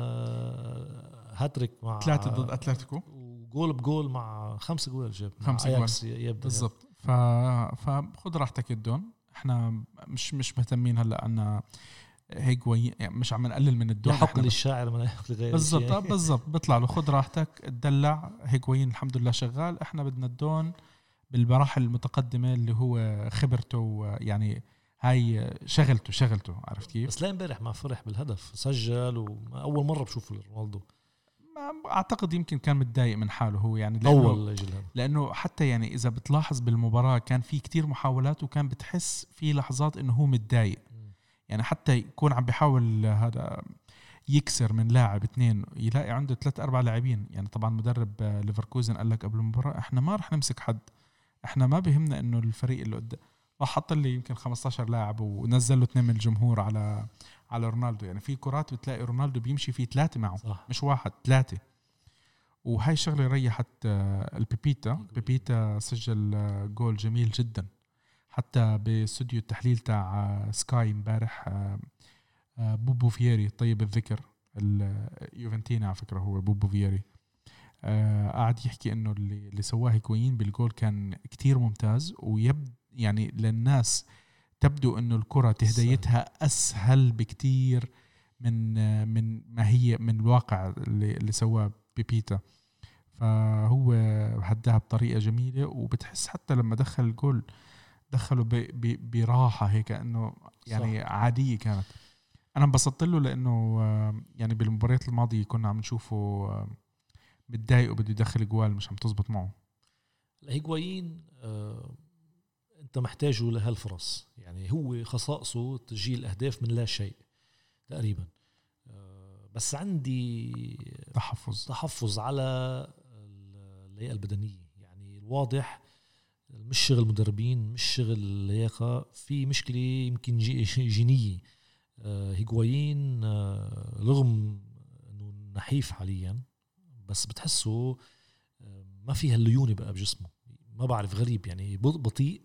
هاتريك مع ثلاثة ضد أتلتيكو وجول بجول مع خمس جوال جاب خمس جوال بالضبط. ف فخد راحتك الدون احنا مش مش مهتمين هلا أن هيك وين يعني مش عم نقلل من الدون يحق للشاعر ما يحق لغيره بالضبط بالضبط بيطلع له خد راحتك تدلع هيك وين الحمد لله شغال. احنا بدنا الدون بالمراحل المتقدمة اللي هو خبرته يعني هاي شغلته شغلته عرفت كيف. بس لا امبارح ما فرح بالهدف سجل وأول مرة بشوفه رونالدو أعتقد يمكن كان متضايق من حاله هو يعني لأنه, أول لأنه حتى يعني إذا بتلاحظ بالمباراة كان في كتير محاولات وكان بتحس في لحظات إنه هو متضايق يعني حتى يكون عم بيحاول هذا يكسر من لاعب اثنين يلاقي عنده ثلاث أربع لاعبين. يعني طبعا مدرب ليفركوزن قال لك قبل المباراة إحنا ما رح نمسك حد إحنا ما بيهمنا إنه الفريق اللي قدام راح حط لي يمكن خمستاشر لاعب ونزل له اثنين من الجمهور على على رونالدو. يعني في كرات بتلاقي رونالدو بيمشي فيه ثلاثة معه صح. مش واحد ثلاثة. وهاي الشغلة ريحت البيبيتا. بيبيتا سجل جول جميل جدا حتى باستوديو التحليل تاع سكاي امبارح. بوبو فييري طيب الذكر اليوفنتينا على فكرة هو بوبو فييري قاعد يحكي انه اللي اللي سواه هيكوين بالجول كان كتير ممتاز ويبدو يعني للناس تبدو انه الكرة تهديتها اسهل بكتير من من ما هي من الواقع اللي اللي سواه بيبيتا. فهو هداها بطريقة جميلة وبتحس حتى لما دخل الجول دخلوا براحة هيك انه يعني صح. عادية كانت. انا انبسطت له لانه يعني بالمباريات الماضية كنا عم نشوفه متضايق وبده يدخل جوال مش عم تزبط معه. الهيغوايين آه انت محتاجه لهالفرص يعني هو خصائصه تسجيل اهداف من لا شيء تقريبا. آه بس عندي تحفظ تحفظ على اللياقة البدنية. يعني الواضح مش شغل مدربين مش شغل لياقة في مشكلة يمكن جينية. آه هيغوايين آه رغم انه نحيف حاليا بس بتحسه آه ما فيها الليونة بقى بجسمه ما بعرف غريب يعني بطيء.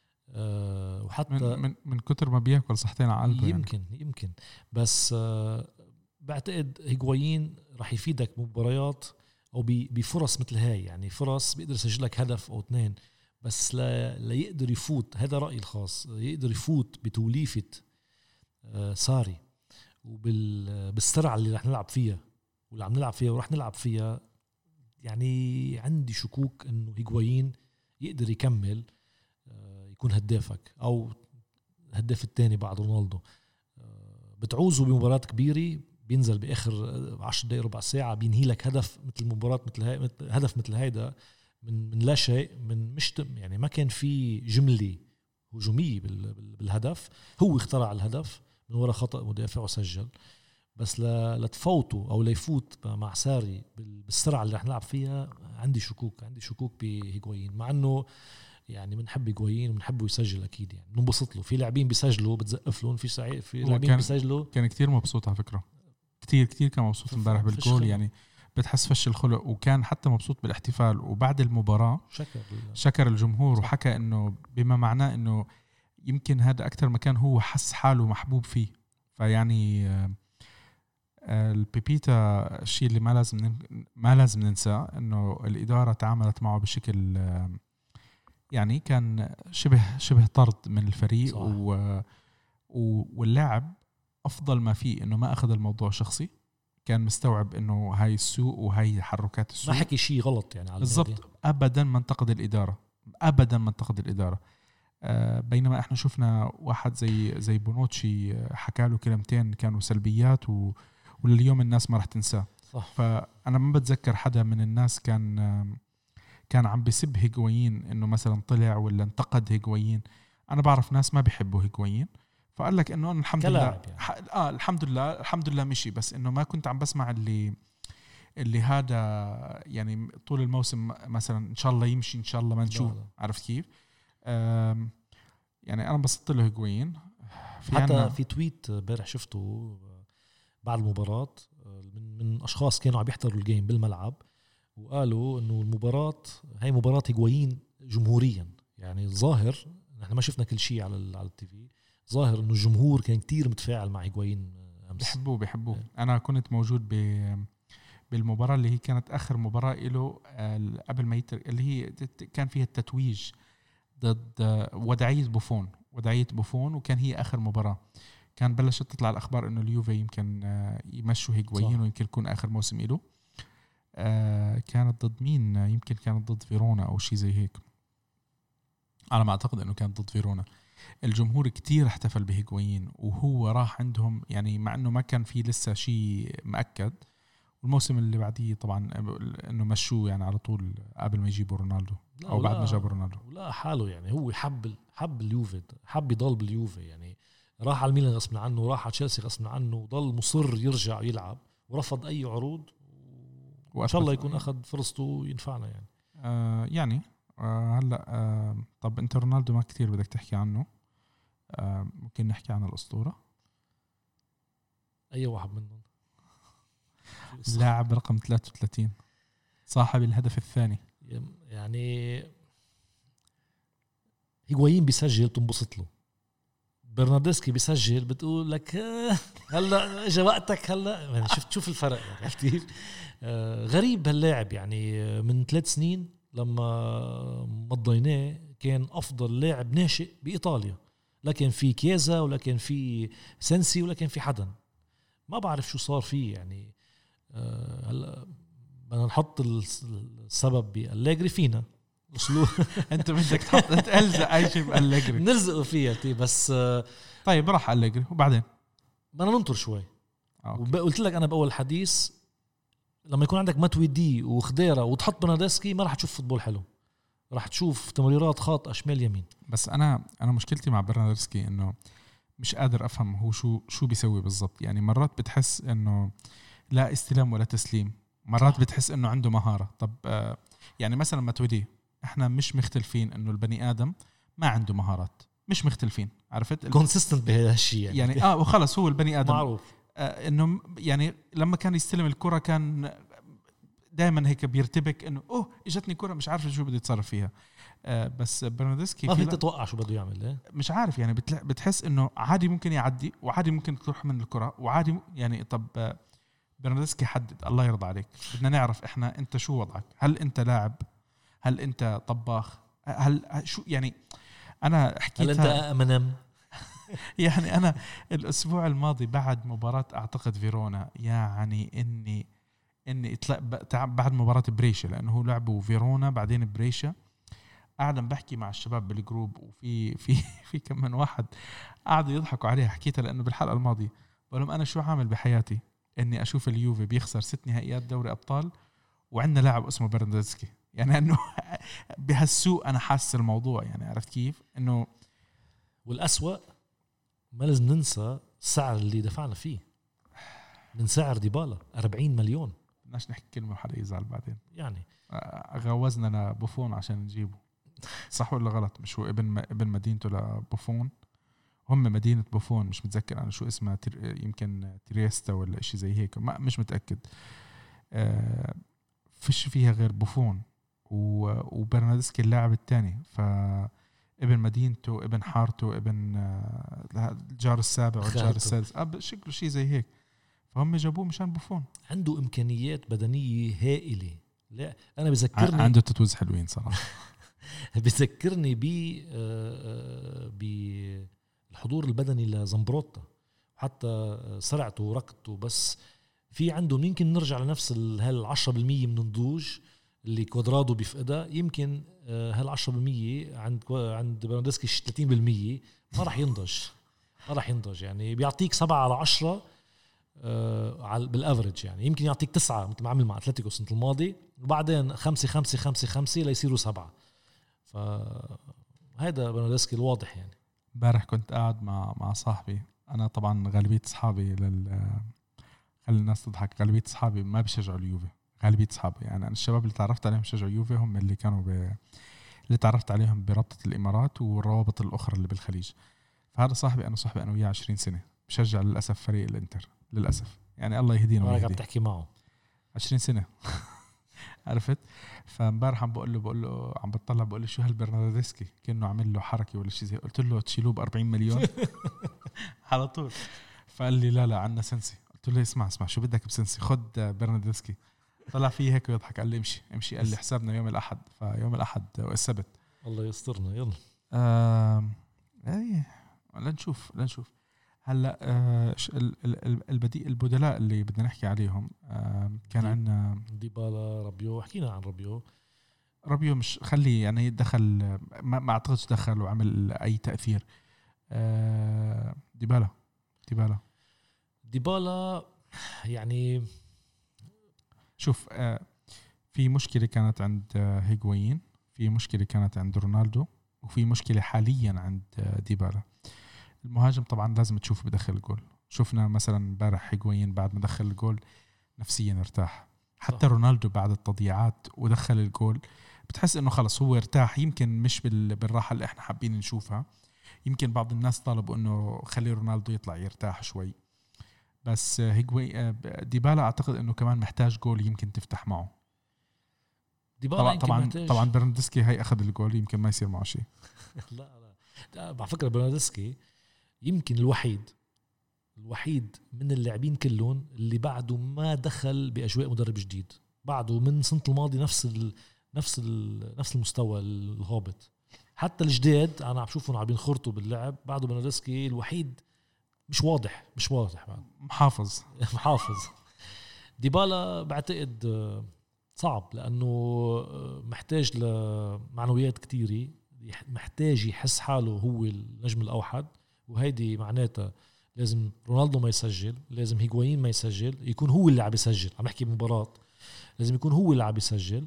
أه وحتى من, من, من كتر ما بياكل صحتين على قلبه يمكن يعني. يمكن بس أه بعتقد هيغوايين راح يفيدك بمباريات او بفرص مثل هاي يعني فرص بيقدر يسجل لك هدف او اثنين بس لا, لا يقدر يفوت. هذا رأيي الخاص يقدر يفوت بتوليفة أه ساري وبالسرعة اللي راح نلعب فيها واللي عم نلعب فيها وراح نلعب فيها. يعني عندي شكوك انه هيغوايين يقدر يكمل يكون هدافك او هداف الثاني بعد رونالدو. بتعوزه بمباراة كبيرة بينزل باخر عشر دقائق ربع ساعة بينهي لك هدف مثل مباراة مثل هاي هدف مثل هيدا من من لا شيء من مش يعني ما كان في جملة هجومية بالهدف هو اخترع الهدف من وراء خطأ مدافع وسجل. بس لتفوتوا او ليفوت مع ساري بالسرعه اللي رح نلعب فيها عندي شكوك عندي شكوك بهيغوين، مع انه يعني بنحب هيغوين وبنحبه يسجل اكيد، يعني بنبسط له. في لاعبين بيسجلوا بتزقف لهم، في سعي في لاعبين بيسجلوا. كان كتير مبسوط على فكره، كتير كتير كان مبسوط امبارح بالجول، يعني بتحس فش الخلق، وكان حتى مبسوط بالاحتفال. وبعد المباراه شكر شكر الجمهور صح. وحكى انه بما معناه انه يمكن هذا اكثر مكان هو حس حاله محبوب فيه. فيعني البيبيتا الشيء اللي ما لازم ما لازم ننساه انه الاداره تعاملت معه بشكل يعني كان شبه شبه طرد من الفريق، و واللاعب افضل ما فيه انه ما اخذ الموضوع شخصي، كان مستوعب انه هاي السوق وهي حركات السوق، ما حكي شيء غلط يعني على بالضبط. ابدا ما انتقد الاداره، ابدا ما انتقد الاداره. آه بينما احنا شفنا واحد زي زي بونوتشي حكى له كلمتين كانوا سلبيات، و ولليوم الناس ما راح تنساه. صح. فانا ما بتذكر حدا من الناس كان كان عم بيسب هيغوين انه مثلا طلع ولا انتقد هيغوين. انا بعرف ناس ما بيحبوا هيغوين، فقال لك انه الحمد لله يعني. اه الحمد لله الحمد لله مشي، بس انه ما كنت عم بسمع اللي اللي هذا يعني طول الموسم مثلا ان شاء الله يمشي ان شاء الله ما نشوف. عرفت كيف؟ يعني انا بسطت له هيغوين. في حتى في تويت امبارح شفته بعد المباراة من من اشخاص كانوا عم يحضروا الجيم بالملعب، وقالوا انه المباراة هاي مباراة هيغوين جمهوريا. يعني الظاهر نحن ما شفنا كل شيء على على التي في، ظاهر انه الجمهور كان كتير متفاعل مع هيغوين امس، بيحبوه بيحبوه اه. انا كنت موجود ب بالمباراة اللي هي كانت اخر مباراة له قبل ما يتر... اللي هي كان فيها التتويج ضد وداعية بوفون وداعية بوفون وكان هي اخر مباراة. كان بلشت تطلع الاخبار انه اليوفي يمكن يمشوا هيغوين ويمكن يكون اخر موسم له. آه كانت ضد مين؟ يمكن كانت ضد فيرونا أو شيء زي هيك، على ما أعتقد أنه كانت ضد فيرونا. الجمهور كتير احتفل بهيغوين وهو راح عندهم، يعني مع أنه ما كان فيه لسه شيء مأكد. والموسم اللي بعديه طبعا أنه مشوه يعني على طول قبل ما يجيبوا رونالدو أو بعد ما جابوا رونالدو. لا حاله يعني هو حب حب اليوفي، حب يضل باليوفي، يعني راح على الميلان غصب عنه، راح على تشيلسي غصب عنه، وضل مصر يرجع يلعب ورفض أي عروض، وإن شاء الله يكون أخذ فرصته وينفعنا يعني. آه يعني آه هلا آه طب أنت رونالدو ما كتير بدك تحكي عنه، آه ممكن نحكي عن الأسطورة. أي واحد منهم؟ لاعب رقم ثلاثة وثلاثين صاحب الهدف الثاني. يعني هيغوين بيسجل تنبسط له، برناردسكي بيسجل بتقول لك هلا اجى وقتك هلا. يعني شفت شوف الفرق يعني عرفتي. آه غريب هاللاعب يعني من ثلاث سنين لما مضيناه كان افضل لاعب ناشئ بايطاليا، لكن في كيزا ولكن في سنسي ولكن في حدا ما بعرف شو صار فيه يعني. آه هلا بدنا نحط السبب بأليجري فينا اسلوب. انت بدك تحط تلزق اي شيء بأليجري نلزقه فيها تي بس. طيب راح أليجري وبعدين بدنا ننطر شوي. وقلت لك انا باول حديث لما يكون عندك ماتويدي وخديرة وتحط برناردسكي ما راح تشوف فوتبول حلو، راح تشوف تمريرات خاطئه شمال يمين. بس انا انا مشكلتي مع برناردسكي انه مش قادر افهم هو شو شو بيسوي بالضبط. يعني مرات بتحس انه لا استلام ولا تسليم، مرات صح. بتحس انه عنده مهارة. طب آه يعني مثلا ماتويدي احنا مش مختلفين انه البني ادم ما عنده مهارات، مش مختلفين، عرفت كونسيستنت بهذا الشيء يعني. يعني اه وخلص هو البني ادم معروف آه انه يعني لما كان يستلم الكرة كان دائما هيك بيرتبك انه اوه اجتني كرة مش عارف شو بدي اتصرف فيها. آه بس برناردسكي ما فيك تتوقع شو بده يعمل ايه؟ مش عارف يعني بتحس انه عادي ممكن يعدي وعادي ممكن تروح من الكرة وعادي يعني. طب آه برناردسكي حدد الله يرضى عليك، بدنا نعرف احنا انت شو وضعك، هل انت لاعب، هل انت طباخ، هل شو يعني. انا حكيتها هل انت امنم يعني انا الاسبوع الماضي بعد مباراة اعتقد فيرونا يعني اني اني اطلع بعد مباراة بريشة لانه هو لعبوا فيرونا بعدين بريشة، قاعد بحكي مع الشباب بالجروب وفي في في كم من واحد قاعدوا يضحكوا عليها. حكيتها لانه بالحلقة الماضية بقول لهم انا شو عامل بحياتي اني اشوف اليوفي بيخسر ست نهائيات دوري ابطال وعندنا لاعب اسمه برناردسكي. يعني انه بهالسوء انا حاسس الموضوع يعني. عرفت كيف انه والأسوأ ما لازم ننسى السعر اللي دفعنا فيه. من سعر ديبالا أربعين مليون. بدناش نحكي كلمة وحدا يزعل بعدين. يعني غوزنا لبوفون عشان نجيبه، صح ولا غلط؟ مش هو ابن ابن مدينته لبوفون، هم مدينة بوفون، مش متذكر أنا شو اسمها، تر... يمكن تريستا ولا إشي زي هيك، ما مش متأكد. آه فيش فيها غير بوفون و... وبرناردسكي اللاعب الثاني، فابن مدينته ابن حارته ابن آه الجار السابع والجار السادس، أب شكله شيء زي هيك، فهم جابوه مشان بوفون. عنده إمكانيات بدنية هائلة. لا أنا بذكرني عنده تتوز حلوين صراحة. بذكرني ب بالحضور البدني لزمبروتا، حتى سرعته وركضته، بس في عنده يمكن نرجع لنفس هالعشرة بالمية من النضوج اللي كوادرادو بيفقدها. يمكن هالعشرة بالمية عند عند برناردسكي ثلاثين بالمية ما راح ينضج، ما راح ينضج. يعني بيعطيك سبعة على عشرة على بالافرج، يعني يمكن يعطيك تسعة مثل ما عمل مع أتلتيكو السنة الماضي، وبعدين خمسة خمسة خمسة خمسة ليصيروا سبعة. فهذا برناردسكي الواضح. يعني امبارح كنت قاعد مع مع صاحبي، انا طبعا غالبيه اصحابي لل خلي الناس تضحك، غالبيه اصحابي ما بيشجعوا اليوفي، غالبيه اصحابي يعني أنا الشباب اللي تعرفت عليهم بيشجعوا اليوفي هم اللي كانوا ب... اللي تعرفت عليهم برابطه الامارات والروابط الاخرى اللي بالخليج. فهذا صاحبي انا صاحبي انا وياه عشرين سنة بشجع للاسف فريق الانتر للاسف، يعني الله يهدينا ويهديه. عم تحكي معه عشرين سنة عرفت. فامبارح عم بقول له بقول له عم بتطلع بقول له شو هالبرناردسكي كأنه عمل له حركه ولا شيء زي، قلت له تشيلوه ب أربعين مليون على طول. فقال لي لا لا عنا سنسي. قلت له اسمع اسمع شو بدك بسنسي، خد برناردسكي. طلع فيه هيك ويضحك، قال لي امشي امشي، قال لي حسابنا يوم الأحد. فيوم الأحد والسبت الله يسترنا. يلا آه ايه لنشوف لنشوف هلا. آه البديل البدلاء اللي بدنا نحكي عليهم آه كان دي عندنا ديبالا، رابيو. حكينا عن رابيو. رابيو مش خلي يعني دخل، ما, ما اعتقدش دخل وعمل اي تأثير. آه ديبالا ديبالا ديبالا يعني شوف آه في مشكلة كانت عند آه هيغوين، في مشكلة كانت عند رونالدو، وفي مشكلة حاليا عند آه ديبالا. المهاجم طبعا لازم تشوف بدخل الجول. شفنا مثلا امبارح هيغوين بعد ما دخل الجول نفسيا ارتاح، حتى صح. رونالدو بعد التضييعات ودخل الجول بتحس انه خلص هو ارتاح، يمكن مش بالراحة اللي احنا حابين نشوفها. يمكن بعض الناس طالبوا انه خلي رونالدو يطلع يرتاح شوي، بس هيغوين ديبالا اعتقد انه كمان محتاج جول يمكن تفتح معه. ديبالا طبعا يمكن طبعا محتاج. طبعا برناردسكي هي اخذ الجول يمكن ما يصير معه شيء. لا لا على فكرة برناردسكي يمكن الوحيد الوحيد من اللاعبين كلهم اللي بعده ما دخل بأجواء مدرب جديد، بعده من سنة الماضي نفس ال نفس ال نفس المستوى الهابط. حتى الجداد انا عم بشوفهم عم بينخرطوا باللعب، بعده برناردسكي الوحيد مش واضح مش واضح بعد. محافظ محافظ. ديبالا بعتقد صعب لأنه محتاج لمعنويات كتيرة، محتاج يحس حاله هو النجم الأوحد، وهيدي معناتها لازم رونالدو ما يسجل، لازم هيغوين ما يسجل، يكون هو اللي عم يسجل. عم نحكي مباراة لازم يكون هو اللي عم يسجل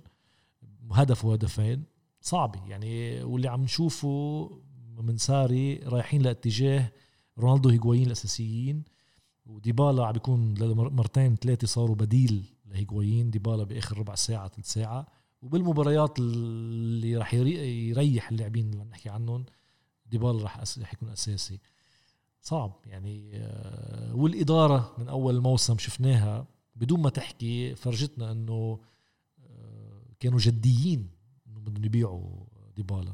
هدف وهدفين. صعبة يعني، واللي عم نشوفه من ساري رايحين لاتجاه رونالدو هيغوين الأساسيين، وديبالا عم بيكون مرتين ثلاثة صاروا بديل لهيغوين. ديبالا بآخر ربع ساعة ثلث ساعة، وبالمباريات اللي راح يريح اللاعبين اللي نحكي عنهم ديبالا راح راح يكون أساسي. صعب يعني. والإدارة من أول الموسم شفناها بدون ما تحكي فرجتنا أنه كانوا جديين أنه بدهم يبيعوا ديبالا،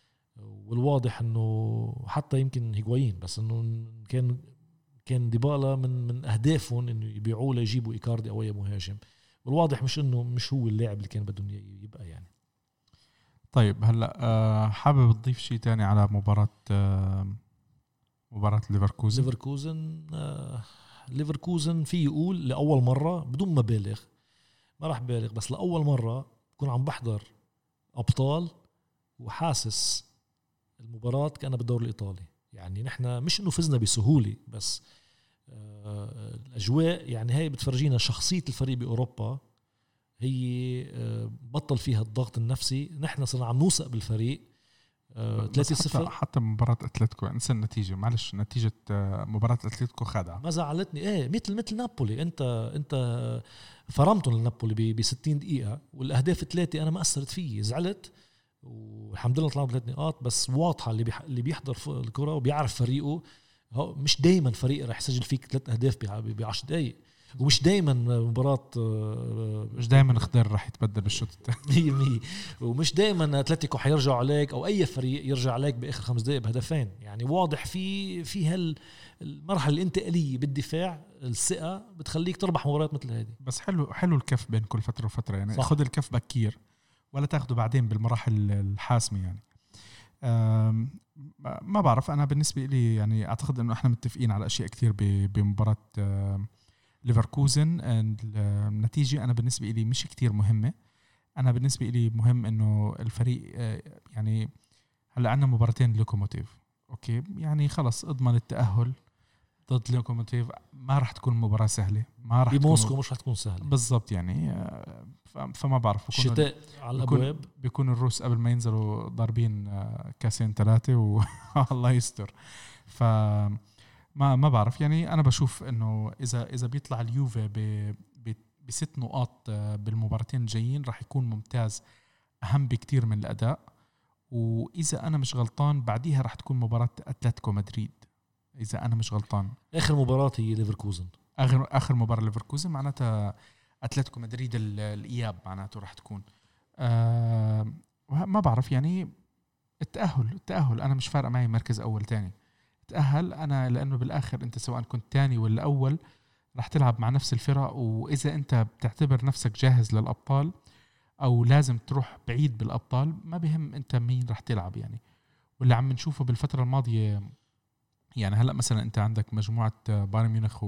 والواضح أنه حتى يمكن هيغوين، بس أنه كان كان ديبالا من من أهدافهم أنه يبيعوه ليجيبوا إيكاردي أو أي مهاجم، والواضح مش أنه مش هو اللاعب اللي كان بدهم يبقى يعني. طيب هلا حابب تضيف شيء تاني على مباراة مباراة ليفركوزن؟ ليفركوزن آه ليفركوزن في يقول لأول مرة بدون ما بالغ، ما راح بالغ، بس لأول مرة بكون عم بحضر أبطال وحاسس المباراة كأنها بالدوري الإيطالي. يعني نحن مش إنه فزنا بسهولة، بس آه الأجواء يعني هاي بتفرجينا شخصية الفريق بأوروبا. هي آه بطل فيها الضغط النفسي، نحن صرنا عم نوثق بالفريق، ثلاثة صفر. حتى, حتى مباراة أتلتيكو انسى النتيجة، معلش نتيجة مباراة أتلتيكو خادعة ما زعلتني. ايه مثل مثل نابولي، انت انت فرمتوا لنابولي ب ستين دقيقة والاهداف ثلاثة انا ما اثرت فيه، زعلت والحمد لله طلعوا ثلاث نقاط. بس واضحة اللي بيح... اللي بيحضر الكرة وبيعرف فريقه، هو مش دايما فريق راح يسجل فيك ثلاث اهداف ب عشر دقايق، ومش دايما مباراة مش دايما خضر راح يتبدل بالشوط الثاني مية، ومش دايما اتلتيكو حيرجع عليك او اي فريق يرجع عليك باخر خمس دقائق بهدفين. يعني واضح في في هالمرحله الانتقاليه بالدفاع الثقه بتخليك تربح مباريات مثل هذه. بس حلو حلو الكف بين كل فتره وفتره، يعني صح. خذ الكف بكير ولا تاخده بعدين بالمراحل الحاسمه. يعني ما بعرف، انا بالنسبه لي يعني اعتقد انه احنا متفقين على اشياء كثير بمباراه ليفركوزن. النتيجة أنا بالنسبة لي مش كتير مهمة. أنا بالنسبة لي مهم إنه الفريق يعني هلا عندنا مباراتين لوكوموتيف، أوكي يعني خلص اضمن التأهل ضد لوكوموتيف. ما راح تكون مباراة سهلة، ما راح بموسكو مش راح تكون سهلة بالضبط. يعني فما بعرف، الشتاء على الأبواب بيكون الروس قبل ما ينزلوا ضاربين كاسين ثلاثة والله يستر. ف ما ما بعرف. يعني أنا بشوف إنه إذا إذا بيطلع اليوفي ب بست نقاط بالمباراتين الجايين راح يكون ممتاز، أهم بكتير من الأداء. وإذا أنا مش غلطان بعديها راح تكون مباراة أتلتيكو مدريد، إذا أنا مش غلطان آخر مباراة هي ليفركوزن. آخر آخر مباراة ليفركوزن معناتها أتلتيكو مدريد الإياب معناته راح تكون آه ما بعرف. يعني التأهل التأهل أنا مش فارق معي مركز أول تاني، تأهل أنا، لأنه بالآخر أنت سواء كنت تاني ولا أول راح تلعب مع نفس الفرق. وإذا أنت بتعتبر نفسك جاهز للأبطال أو لازم تروح بعيد بالأبطال، ما بهم أنت مين راح تلعب. يعني واللي عم نشوفه بالفترة الماضية، يعني هلأ مثلا أنت عندك مجموعة بايرن ميونخ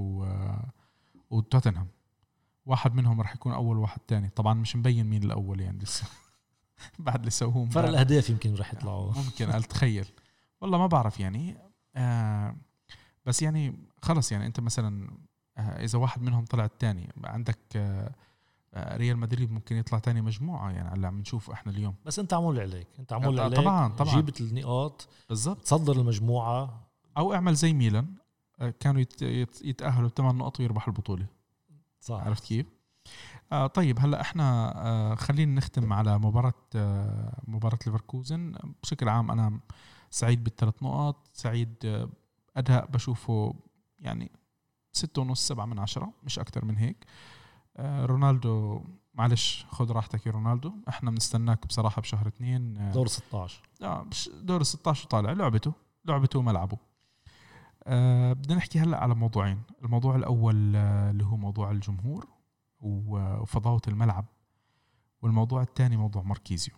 وتوتنهام، واحد منهم راح يكون أول واحد تاني. طبعا مش مبين مين الأول يعني لسه بعد لسوهم فرق الأهداف يمكن راح يطلعوا ممكن أتخيل والله ما بعرف. يعني آه بس يعني خلص، يعني أنت مثلا آه إذا واحد منهم طلع التاني، عندك آه ريال مدريد ممكن يطلع تاني مجموعة. يعني على عم نشوف إحنا اليوم. بس أنت عمول عليك، أنت عمول عليك طبعا طبعا جيبت النقاط بالضبط، تصدر المجموعة، أو اعمل زي ميلان كانوا يتأهلوا بثمان نقط ويربحوا البطولة. صح. عرفت كيف؟ آه طيب هلا احنا آه خلينا نختم على مباراة آه مباراة ليفركوزن. بشكل عام أنا سعيد بالثلاث نقاط، سعيد آه أداء بشوفه يعني ستة ونص سبعة من عشرة، مش أكتر من هيك. آه رونالدو معلش خد راحتك يا رونالدو، احنا بنستناك بصراحة بشهر اثنين آه دور ستة عشر. آه دور ستة عشر طالع لعبته لعبته وملعبه. آه بدنا نحكي هلأ على موضوعين. الموضوع الأول آه اللي هو موضوع الجمهور وفضاوة الملعب، والموضوع الثاني موضوع ماركيزيو.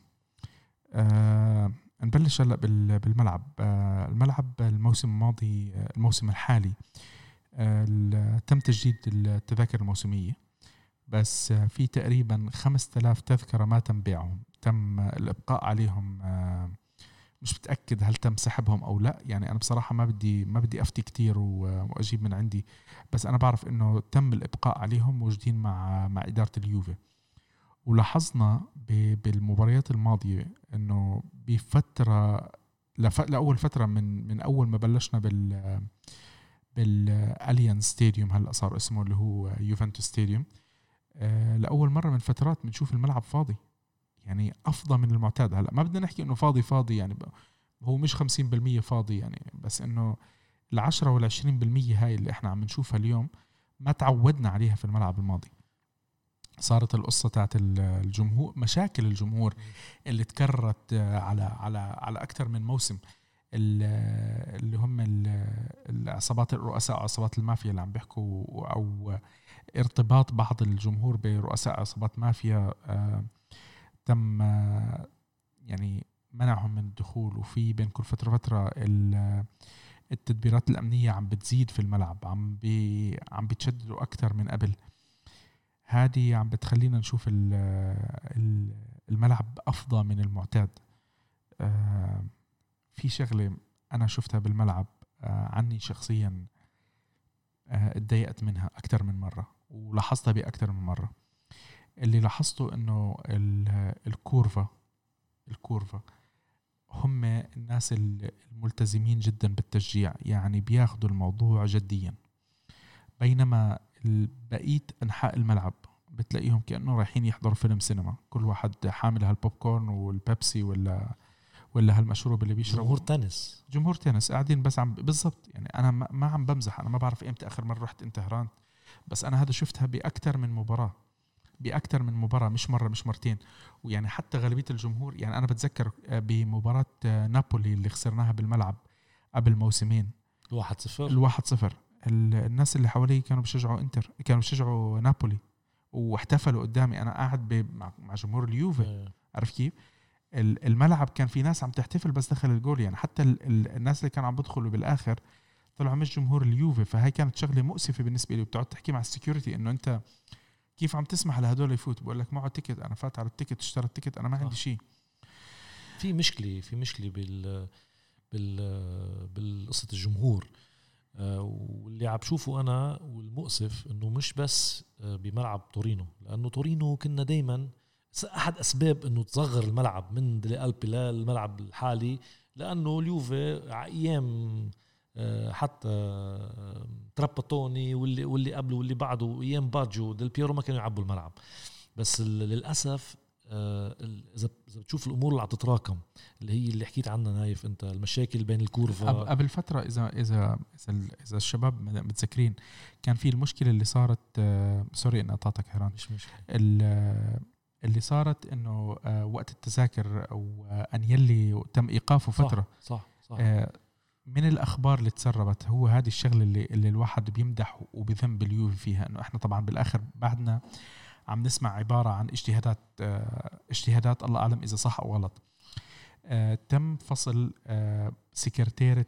آه نبلش هلأ بالملعب. آه الملعب الموسم الماضي آه الموسم الحالي آه تم تجديد التذاكر الموسمية، بس آه في تقريبا خمسة آلاف تذكرة ما تم بيعهم، تم آه الإبقاء عليهم. آه مش متأكد هل تم سحبهم أو لا. يعني أنا بصراحة ما بدي ما بدي أفتي كتير وأجيب من عندي، بس أنا بعرف إنه تم الإبقاء عليهم موجودين مع مع إدارة اليوفي. ولاحظنا بالمباريات الماضية إنه بفترة لأول فترة من من أول ما بلشنا بال بالأليانز ستاديوم، هلأ صار اسمه اللي هو يوفنتوس ستاديوم، لأول مرة من فترات بنشوف الملعب فاضي، يعني أفضل من المعتاد. هلأ ما بدنا نحكي إنه فاضي فاضي، يعني هو مش خمسين بالمية فاضي يعني، بس إنه العشرة والعشرين بالمية هاي اللي إحنا عم نشوفها اليوم ما تعودنا عليها في الملعب الماضي. صارت القصة تاعت الجمهور، مشاكل الجمهور اللي تكررت على على على أكثر من موسم، اللي هم العصابات الرؤساء عصابات المافيا اللي عم بيحكوا، أو ارتباط بعض الجمهور برؤساء عصابات مافيا آه تم يعني منعهم من الدخول. وفي بين كل فترة فترة التدبيرات الأمنية عم بتزيد في الملعب، عم بي عم بتشددوا أكتر من قبل. هذه عم بتخلينا نشوف الملعب أفضل من المعتاد. في شغلة أنا شفتها بالملعب عني شخصيا اتضايقت منها أكتر من مرة، ولاحظتها بأكتر من مرة. اللي لاحظته انه الكورفا الكورفا هم الناس الملتزمين جدا بالتشجيع، يعني بياخدوا الموضوع جديا، بينما بقية أنحاء الملعب بتلاقيهم كأنه رايحين يحضروا فيلم سينما، كل واحد حامل هالبوب كورن والبيبسي ولا ولا هالمشروب اللي بيشربه. جمهور تنس جمهور تنس قاعدين بس عم بالضبط. يعني أنا ما عم بمزح، أنا ما بعرف إمتى آخر مرة رحت انتهران، بس أنا هذا شفتها بأكتر من مباراة بأكتر من مباراة، مش مرة مش مرتين. ويعني حتى غالبية الجمهور، يعني أنا بتذكر بمباراة نابولي اللي خسرناها بالملعب قبل موسمين الواحد صفر الواحد صفر، الناس اللي حوالي كانوا بيشجعوا انتر، كانوا بيشجعوا نابولي واحتفلوا قدامي. أنا قاعد مع جمهور اليوفي، عارف كيف الملعب كان في ناس عم تحتفل بس دخل الجول. يعني حتى الناس اللي كانوا عم بدخلوا بالآخر طلعوا مش جمهور اليوفي. فهي كانت شغلة مؤسفة بالنسبة لي. وبتقعد تحكي مع السكيورتي إنه أنت كيف عم تسمح لهدول يفوت؟ بقول لك معه تيكت، أنا فات على التيكت اشترى التيكت، أنا ما عندي شيء. في مشكلة في مشكلة بال بال بالقصة الجمهور. واللي عم بشوفه أنا والمؤسف إنه مش بس بملعب تورينو، لأنه تورينو كنا دايما أحد أسباب إنه تصغر الملعب من ديلي ألبي للملعب الحالي، لأنه اليوفي أيام حتى تراباتوني واللي واللي قبله واللي بعده أيام باجيو ديل بيرو ما كانوا يعبوا الملعب. بس للأسف إذا إذا بتشوف الأمور اللي عم تتراكم، اللي هي اللي حكيت عنها نايف أنت، المشاكل بين الكورفا قبل فترة، إذا إذا إذا إذا الشباب متذكرين كان في المشكلة اللي صارت، سوري إن قطعتك هيران، مش مشكلة، اللي صارت إنه وقت التذاكر أو أن يلي تم إيقافه فترة. صح صح, صح. من الأخبار اللي تسربت هو هذه الشغلة اللي اللي الواحد بيمدح وبذنب اليوفي فيها، إنه إحنا طبعا بالآخر بعدنا عم نسمع عبارة عن اجتهادات اجتهادات الله أعلم إذا صح أو غلط. تم فصل سكرتيرة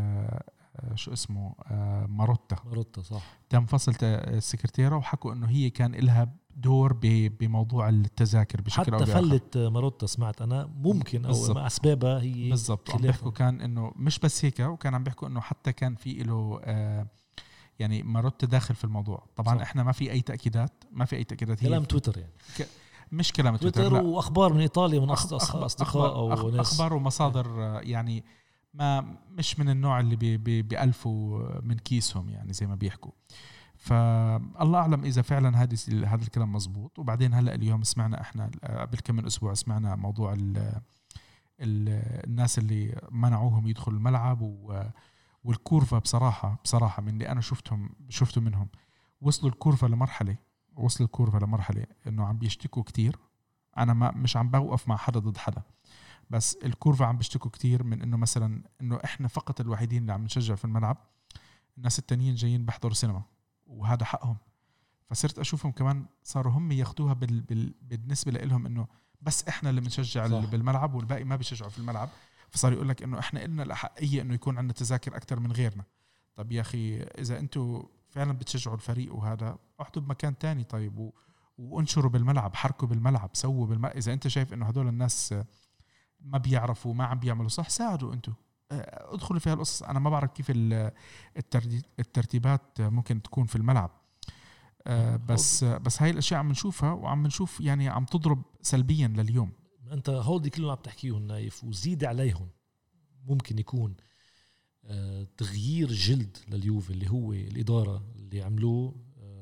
شو اسمه ماروتا ماروتا صح، تم فصل السكرتيرة، وحكوا إنه هي كان إلها دور بموضوع التذاكر بشكل أو بآخر. حتى فلت ماروتا سمعت أنا ممكن أو بالزبط. ما أسبابها هي بالضبط. عم بيحكوا كان إنه مش بس هيك، وكان عم بيحكوا إنه حتى كان في له آه يعني ماروتا داخل في الموضوع. طبعا صح. إحنا ما في أي تأكيدات ما في أي تأكيدات، كلام تويتر يعني ك... مش كلام تويتر, تويتر وأخبار من إيطاليا من أخ... أخبار أصدقاء أو أخبار, ناس أخبار ومصادر يعني ما مش من النوع اللي بي بي بيألفوا من كيسهم يعني زي ما بيحكوا. فالله أعلم إذا فعلا هذا هذا الكلام مزبوط. وبعدين هلأ اليوم سمعنا إحنا قبل كم من أسبوع سمعنا موضوع ال ال الناس اللي منعوهم يدخلوا الملعب، و والكورفة بصراحة بصراحة من اللي أنا شفتهم شفته منهم وصلوا الكورفة لمرحلة وصل الكورفة لمرحلة إنه عم بيشتكوا كتير. أنا ما مش عم بوقف مع حدا ضد حدا، بس الكورفة عم بيشتكوا كتير من إنه مثلا إنه إحنا فقط الوحيدين اللي عم نشجع في الملعب، الناس التانيين جايين بحضروا سينما وهذا حقهم. فصرت أشوفهم كمان صاروا هم ياخدوها بال... بال... بالنسبة لهم إنه بس إحنا اللي بنشجع اللي بالملعب والباقي ما بيشجعوا في الملعب. فصار يقول لك إنه إحنا إلنا الأحقية إنه يكون عندنا تذاكر أكتر من غيرنا. طب يا أخي إذا أنتوا فعلا بتشجعوا الفريق وهذا احطوا بمكان تاني طيب، و... وانشروا بالملعب، حركوا بالملعب، سووا بالملعب. إذا أنت شايف إنه هدول الناس ما بيعرفوا ما عم بيعملوا صح، ساعدوا أنتوا، ادخلوا في هالقصص. أنا ما بعرف كيف الترتيبات ممكن تكون في الملعب، بس بس هاي الأشياء عم نشوفها وعم نشوف يعني عم تضرب سلبيا لليوم. أنت هودي كلهم عم تحكيهم نايف، وزيد عليهم ممكن يكون تغيير جلد لليوفي اللي هو الإدارة اللي عملوه،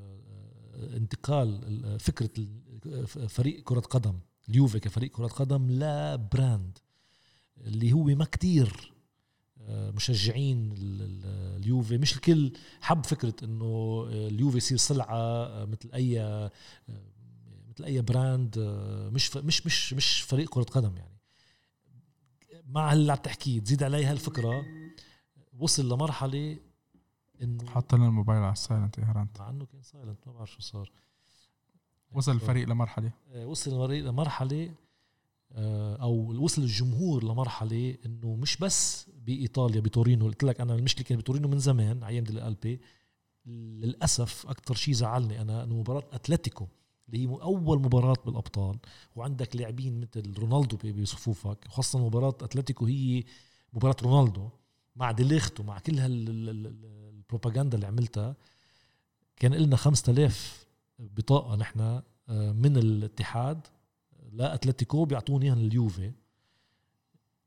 انتقال فكرة فريق كرة قدم اليوفي كفريق كرة قدم لا براند، اللي هو ما كتير مشجعين اليوفي، مش الكل حب فكرة انه اليوفي يصير سلعة مثل اي مثل اي براند، مش مش مش مش فريق كرة قدم. يعني مع اللي عم تحكيه تزيد عليها الفكرة، وصل لمرحلة انه حط لنا الموبايل على السايلنت يا هرانت، مع انه كان سايلنت ما بعرف شو صار. وصل الفريق لمرحلة وصل الفريق لمرحلة او وصل الجمهور لمرحله انه مش بس بايطاليا بتورينو. قلت لك انا المشكله كانت بتورينو من زمان ايام ديل البي. للاسف اكثر شيء زعلني انا انه مباراه اتلتيكو اللي هي اول مباراه بالابطال وعندك لاعبين مثل رونالدو بصفوفك، خاصه مباراه اتلتيكو هي مباراه رونالدو مع ديليخت ومع كل هالبروباغندا اللي عملتها. كان لنا خمسة آلاف بطاقه نحن من الاتحاد لا أتلتيكو بيعطوني إياها اليوفي.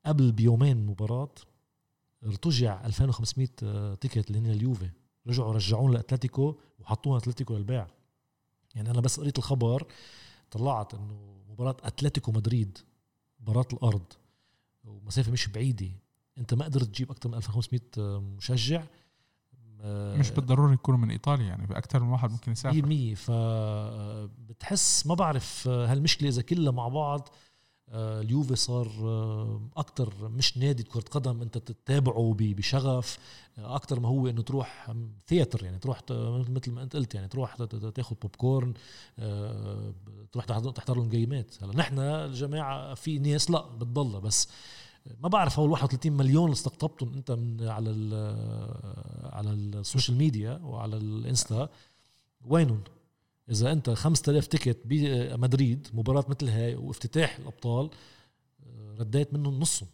قبل بيومين المباراة ارتجع ألفين وخمسمية تيكت اللي هن اليوفي، رجعوا رجعون لأتلتيكو وحطوها أتلتيكو للبيع. يعني أنا بس قريت الخبر طلعت إنه مباراة أتلتيكو مدريد مباراة الأرض ومسافة مش بعيدة، أنت ما قدرت تجيب أكتر من ألفين وخمسمية مشجع، مش بالضروري يكونوا من إيطاليا، يعني بأكتر من واحد ممكن يسافر مية بالمية. فبتحس ما بعرف هالمشكلة إذا كلها مع بعض. اليوفي صار أكتر مش نادي كرة قدم أنت تتابعه بشغف أكتر ما هو إنه تروح ثياتر، يعني تروح مثل ما أنت قلت يعني تروح تاخد بوب كورن، تروح تحضر لهم جيمات. هلا نحن الجماعة في ناس لا بتضل، بس ما بعرف هو واحد وثلاثين مليون اللي استقطبتهم أنت من على على السوشيال ميديا وعلى الانستا وينهم؟ إذا أنت خمسة آلاف تيكت بمدريد مباراة مثل هاي وافتتاح الأبطال رديت منهم نصهم.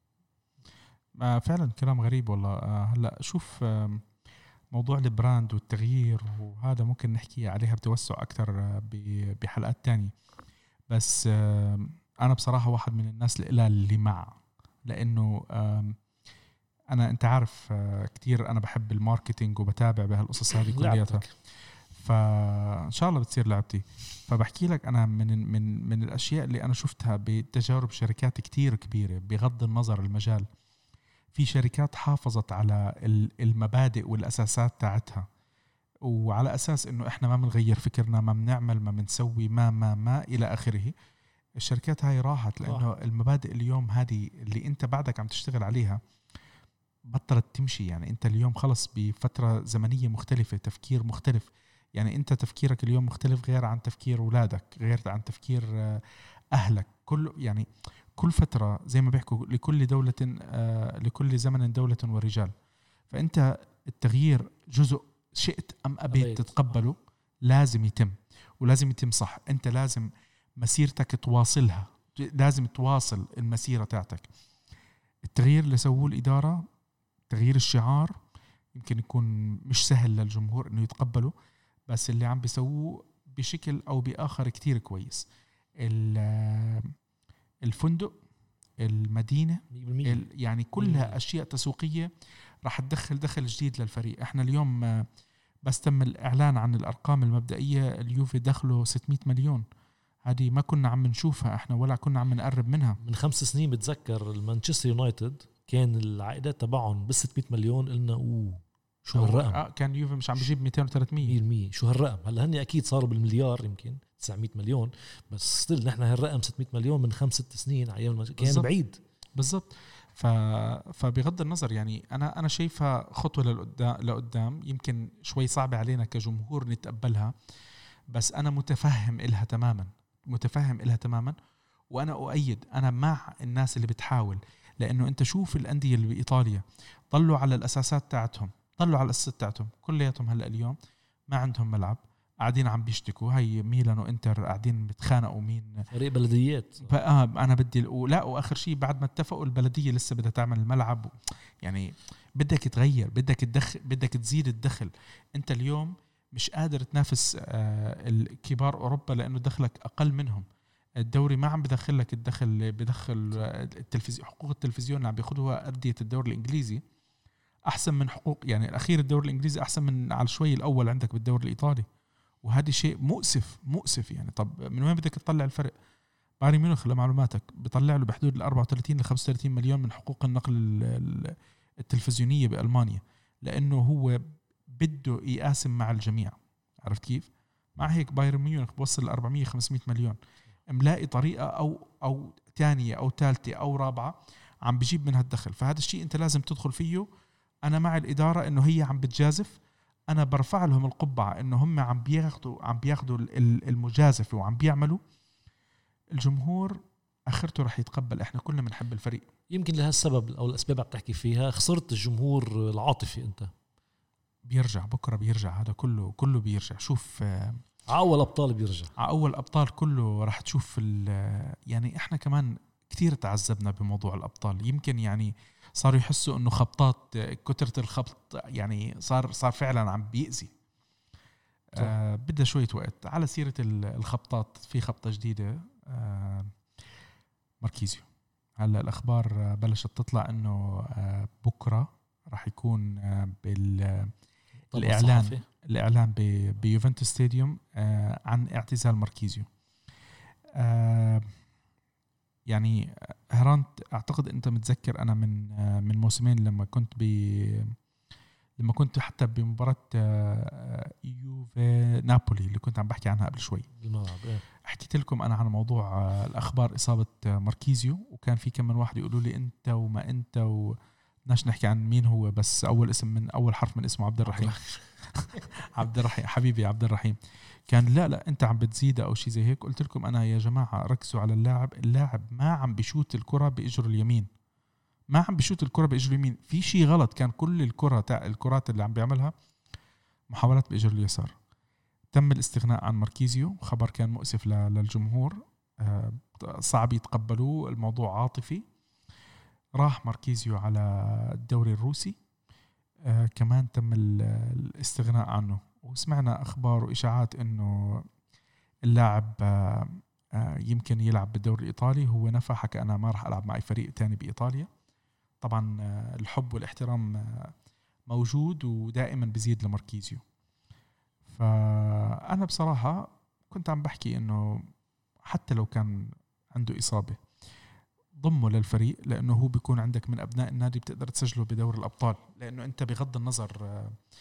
فعلا كلام غريب والله. هلأ شوف موضوع البراند والتغيير وهذا ممكن نحكي عليها بتوسع أكتر بحلقات تانية، بس أنا بصراحة واحد من الناس اللي مع، لأنه أنا أنت عارف كتير أنا بحب الماركتينج وبتابع بهالقصص هذه كلياتها، فإن شاء الله بتصير لعبتي. فبحكي لك أنا من من من الأشياء اللي أنا شفتها بتجارب شركات كتير كبيرة، بغض النظر المجال، في شركات حافظت على المبادئ والأساسات تاعتها، وعلى أساس إنه إحنا ما بنغير فكرنا، ما بنعمل، ما بنسوي، ما ما ما إلى آخره. الشركات هاي راحت لأنه آه. المبادئ اليوم هذه اللي أنت بعدك عم تشتغل عليها بطلت تمشي. يعني أنت اليوم خلص بفترة زمنية مختلفة، تفكير مختلف. يعني أنت تفكيرك اليوم مختلف غير عن تفكير أولادك، غير عن تفكير أهلك. كل يعني كل فترة زي ما بيحكوا لكل دولة لكل زمن دولة ورجال. فأنت التغيير جزء شئت أم أبيت تتقبله لازم يتم، ولازم يتم صح. أنت لازم مسيرتك تواصلها، لازم تواصل المسيرة تاعتك. التغيير اللي سووه الإدارة، تغيير الشعار، يمكن يكون مش سهل للجمهور إنه يتقبله، بس اللي عم بيسووه بشكل أو بآخر كتير كويس. الفندق، المدينة، يعني كلها أشياء تسويقية راح تدخل دخل جديد للفريق. احنا اليوم بس تم الإعلان عن الأرقام المبدئية، اليوفي دخله ستمائة مليون. هذه ما كنا عم نشوفها احنا ولا كنا عم نقرب منها. من خمس سنين بتذكر المانشستر يونايتد كان العائدات تبعهم بس ستمائة مليون، قلنا اوه شو هالرقم. آه كان يوفي مش عم بيجيب مئتين وثلاثمية بالمية. شو هالرقم؟ هلا هني اكيد صاروا بالمليار، يمكن تسعمائة مليون، بس ستيل نحن هالرقم ستمائة مليون من خمس ست سنين ايام المج... كان بالزبط. بعيد بالضبط. ف... فبغض النظر يعني انا انا شايفها خطوه لقدام لقدام يمكن شوي صعبه علينا كجمهور نتقبلها، بس انا متفهم إلها تماما، متفهم إلها تماما. وانا اؤيد، انا مع الناس اللي بتحاول، لانه انت شوف الانديه اللي بايطاليا ضلوا على الاساسات تاعتهم، ضلوا على الاساسات تاعتهم كلياتهم. هلا اليوم ما عندهم ملعب، قاعدين عم بيشتكوا. هاي ميلان وانتر قاعدين بتخانقوا مين فريق بلديات. آه انا بدي ولا، واخر شيء بعد ما اتفقوا البلديه لسه بدها تعمل الملعب. يعني بدك تغير، بدك تدخل، بدك تزيد الدخل. انت اليوم مش قادر تنافس آه الكبار اوروبا لانه دخلك اقل منهم. الدوري ما عم بدخل لك الدخل اللي بدخل التلفزيون، حقوق التلفزيون اللي عم بياخذوها أندية الدوري الانجليزي احسن من حقوق، يعني الاخير الدوري الانجليزي احسن من على شوي الاول عندك بالدوري الايطالي. وهذا شيء مؤسف مؤسف يعني. طب من وين بدك تطلع الفرق؟ بايرن ميونخ لمعلوماتك بيطلع له بحدود ال أربعة وثلاثين ل خمسة وثلاثين مليون من حقوق النقل التلفزيونيه بالمانيا، لانه هو بده يقاسم مع الجميع. عرفت كيف؟ مع هيك بايرن ميونخ بوصل ل أربعمية خمسمائة مليون، ملاقي طريقه او او ثانيه او ثالثه او رابعه عم بيجيب منها الدخل. فهذا الشيء انت لازم تدخل فيه. انا مع الاداره انه هي عم بتجازف، انا برفع لهم القبعه انه هم عم بياخذوا عم بياخذوا المجازفه وعم بيعملوا. الجمهور اخرته رح يتقبل، احنا كلنا بنحب الفريق. يمكن لهالسبب او الاسباب عم تحكي فيها خسرت الجمهور العاطفي. انت بيرجع بكره، بيرجع هذا كله كله بيرجع. شوف على اول ابطال بيرجع، على اول ابطال كله رح تشوف. يعني احنا كمان كتير تعذبنا بموضوع الابطال، يمكن يعني صاروا يحسوا انه خبطات، كترة الخبط يعني صار صار فعلا عم بيأذي. آه بدها شوية وقت. على سيرة الخبطات، في خبطة جديدة، آه ماركيزيو. هلا الأخبار بلشت تطلع إنه بكرة راح يكون بالإعلان الإعلان بيوفنتوس ستاديوم عن اعتزال ماركيزيو. يعني هرانت أعتقد أنت متذكر أنا من من موسمين لما كنت ب لما كنت حتى بمباراة يوفي نابولي اللي كنت عم بحكي عنها قبل شوي بالملعب، حكيت لكم أنا عن موضوع الأخبار إصابة ماركيزيو، وكان في كم من واحد يقولوا لي أنت وما أنت وناش نحكي عن مين هو، بس أول اسم من أول حرف من اسمه عبد الرحيم. عبد الرحيم حبيبي عبد الرحيم كان لا لا أنت عم بتزيد أو شيء زي هيك. قلت لكم أنا يا جماعة ركزوا على اللاعب، اللاعب ما عم بيشوت الكرة بإجره اليمين، ما عم بيشوت الكرة بإجره اليمين، في شيء غلط. كان كل الكرة تاع الكرات اللي عم بيعملها محاولات بإجره اليسار. تم الاستغناء عن ماركيزيو، خبر كان مؤسف للجمهور، صعب يتقبلوه، الموضوع عاطفي. راح ماركيزيو على الدوري الروسي، كمان تم الاستغناء عنه، وسمعنا أخبار وإشاعات إنه اللاعب يمكن يلعب بالدوري الإيطالي. هو نفى، حكى أنا ما راح ألعب مع أي فريق تاني بإيطاليا. طبعا الحب والاحترام موجود ودائما بزيد لماركيزيو. فأنا بصراحة كنت عم بحكي إنه حتى لو كان عنده إصابة ضمه للفريق، لأنه هو بيكون عندك من أبناء النادي بتقدر تسجله بدور الأبطال، لأنه أنت بغض النظر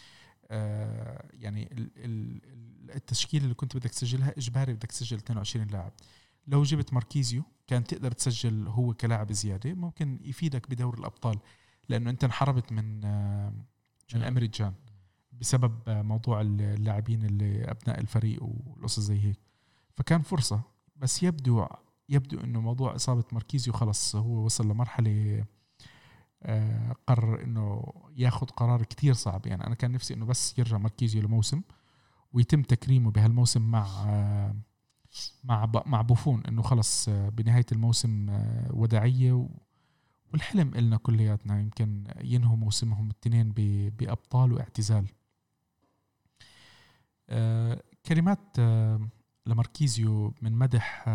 يعني التشكيل اللي كنت بدك تسجلها إجباري بدك تسجل اثنين وعشرين لاعب. لو جبت ماركيزيو كان تقدر تسجل هو كلاعب زيادة، ممكن يفيدك بدور الأبطال، لأنه أنت انحربت من من أميري جان بسبب موضوع اللاعبين اللي أبناء الفريق والقصص زي هيك. فكان فرصة، بس يبدو يبدو إنه موضوع إصابة ماركيزيو خلص هو وصل لمرحلة قرر إنه ياخد قرار كتير صعب. يعني أنا كان نفسي إنه بس يرجع ماركيزيو لموسم ويتم تكريمه بهالموسم مع مع مع بوفون، إنه خلص بنهاية الموسم وداعية، والحلم إلنا كلياتنا يمكن ينهوا موسمهم التنين بأبطال واعتزال. كلمات لماركيزيو من مدح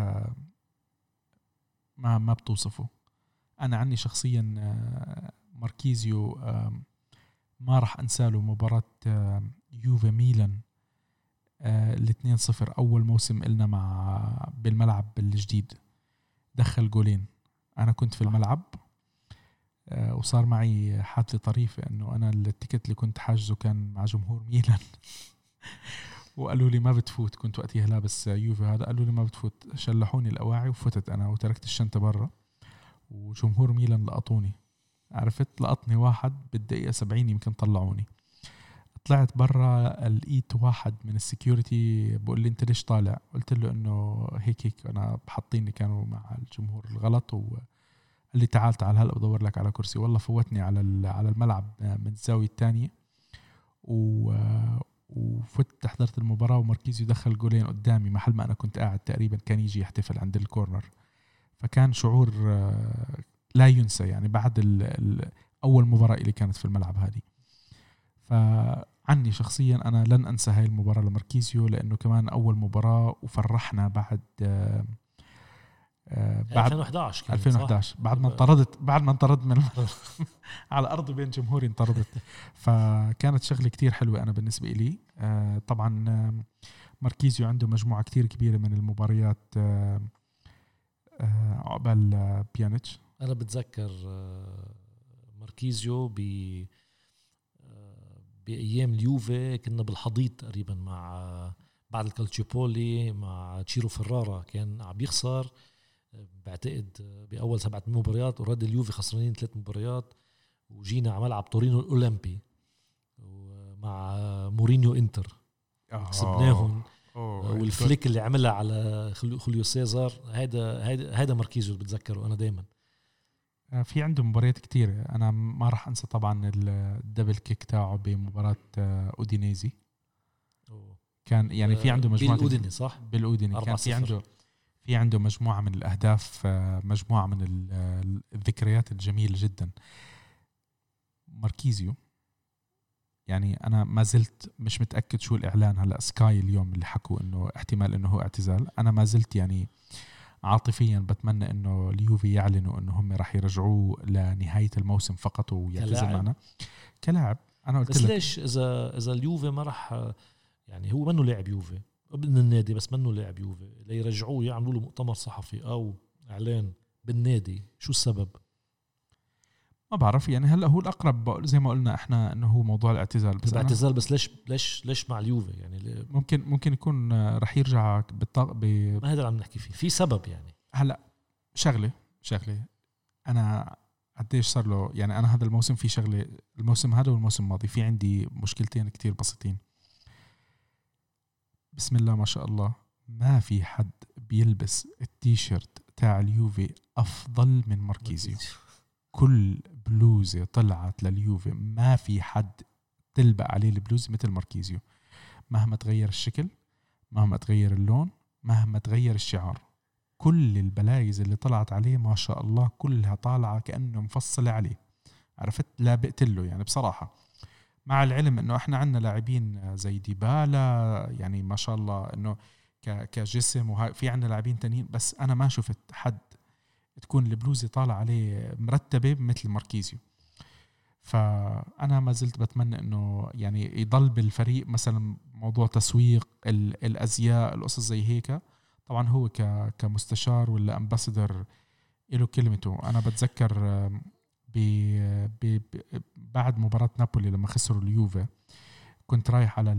ما ما بتوصفه. أنا عني شخصيا ماركيزيو ما راح أنساله مباراة يوفي ميلان الاثنين صفر، أول موسم إلنا مع بالملعب الجديد، دخل جولين. أنا كنت في الملعب وصار معي حادثة طريفة، إنه أنا التيكت اللي كنت حاجزه كان مع جمهور ميلان وقالوا لي ما بتفوت، كنت وقتها لابس يوفي هذا، قالوا لي ما بتفوت، شلحوني الأواعي وفتت أنا وتركت الشنطة برا، وجمهور ميلان لقطوني. عرفت لقطني واحد بالدقيقة سبعين يمكن طلعوني. طلعت برا لقيت واحد من السكيورتي بقول لي أنت ليش طالع؟ قلت له إنه هيك هيك أنا بحطيني كانوا مع الجمهور الغلط، وقال لي تعال تعال هلأ بدور لك على كرسي. والله فوتني على على الملعب من الزاوية الثانية، و وفت حضرت المباراة، وماركيزيو دخل جولين قدامي محل ما أنا كنت قاعد تقريبا، كان يجي يحتفل عند الكورنر. فكان شعور لا ينسى يعني بعد أول مباراة اللي كانت في الملعب هذه. فعني شخصيا أنا لن أنسى هاي المباراة لماركيزيو، لأنه كمان أول مباراة وفرحنا بعد بعد ألفين وإحدى عشر ألفين وإحدى عشر بعد ما انطردت بعد ما انطرد من على أرض بين جمهوري انطردت. فكانت شغلة كتير حلوة أنا بالنسبة لي. طبعا ماركيزيو عنده مجموعة كتير كبيرة من المباريات عقبال بيانيتش. أنا بتذكر ماركيزيو ب بأيام اليوفي كنا بالحضيض تقريبا مع بعد الكالتشيبولي مع تشيرو فرارا، كان عم يخسر بعتقد بأول سبعة مباريات، ورد اليوفي خسرانين ثلاث مباريات، وجينا على ملعب تورينو الأولمبي مع مورينيو إنتر كسبناهم، والفليك اللي عملها على خوليو سيزار. هذا هذا هذا ماركيزيو اللي بتذكره أنا دايما. في عنده مباريات كتير، أنا ما راح أنسى طبعا الدبل كيك تاعه بمباراة أودينيزي. كان يعني في عنده مجموعة بالأوديني صح؟ بالأوديني كان في عنده في عنده مجموعة من الأهداف، مجموعة من الذكريات الجميلة جدا. ماركيزيو يعني أنا ما زلت مش متأكد شو الإعلان هلأ سكاي اليوم اللي حكوا إنه احتمال إنه هو اعتزال. أنا ما زلت يعني عاطفيا بتمنى انه اليوفي يعلنوا انه هم راح يرجعوه لنهايه الموسم فقط ويعتزل معنا كلاعب. انا قلت بس لك ليش اذا اذا اليوفي ما راح، يعني هو منه لاعب يوفي ابن النادي بس منه لاعب يوفي، ليرجعوه يعملوا له مؤتمر صحفي او اعلان بالنادي، شو السبب؟ ما بعرف يعني. هلا هو الاقرب زي ما قلنا احنا انه هو موضوع الاعتزال، بس اعتزال بس ليش ليش ليش مع اليوفي يعني؟ ممكن ممكن يكون رح يرجع بالطاق ب... ما هذا اللي عم نحكي فيه، في سبب يعني. هلا شغله شغله انا قديش صار له يعني، انا هذا الموسم في شغله، الموسم هذا والموسم الماضي في عندي مشكلتين كتير بسيطين. بسم الله ما شاء الله، ما في حد بيلبس التيشيرت تاع اليوفي افضل من ماركيزيو. كل بلوزة طلعت لليوفي ما في حد تلبق عليه البلوزة مثل ماركيزيو، مهما تغير الشكل، مهما تغير اللون، مهما تغير الشعار. كل البلايز اللي طلعت عليه ما شاء الله كلها طالعة كأنه مفصلة عليه، عرفت؟ لا بقتله يعني بصراحة. مع العلم انه احنا عندنا لاعبين زي ديبالا يعني ما شاء الله انه كجسم، وفي عندنا لاعبين تانيين، بس انا ما شفت حد تكون البلوزة طالع عليه مرتبة مثل ماركيزيو. فأنا ما زلت بتمنى إنه يعني يضل بالفريق مثلا موضوع تسويق الأزياء القصص زي هيك. طبعا هو كمستشار ولا أمباسدر له كلمته. أنا بتذكر ب ب بعد مباراة نابولي لما خسروا اليوفي، كنت رايح على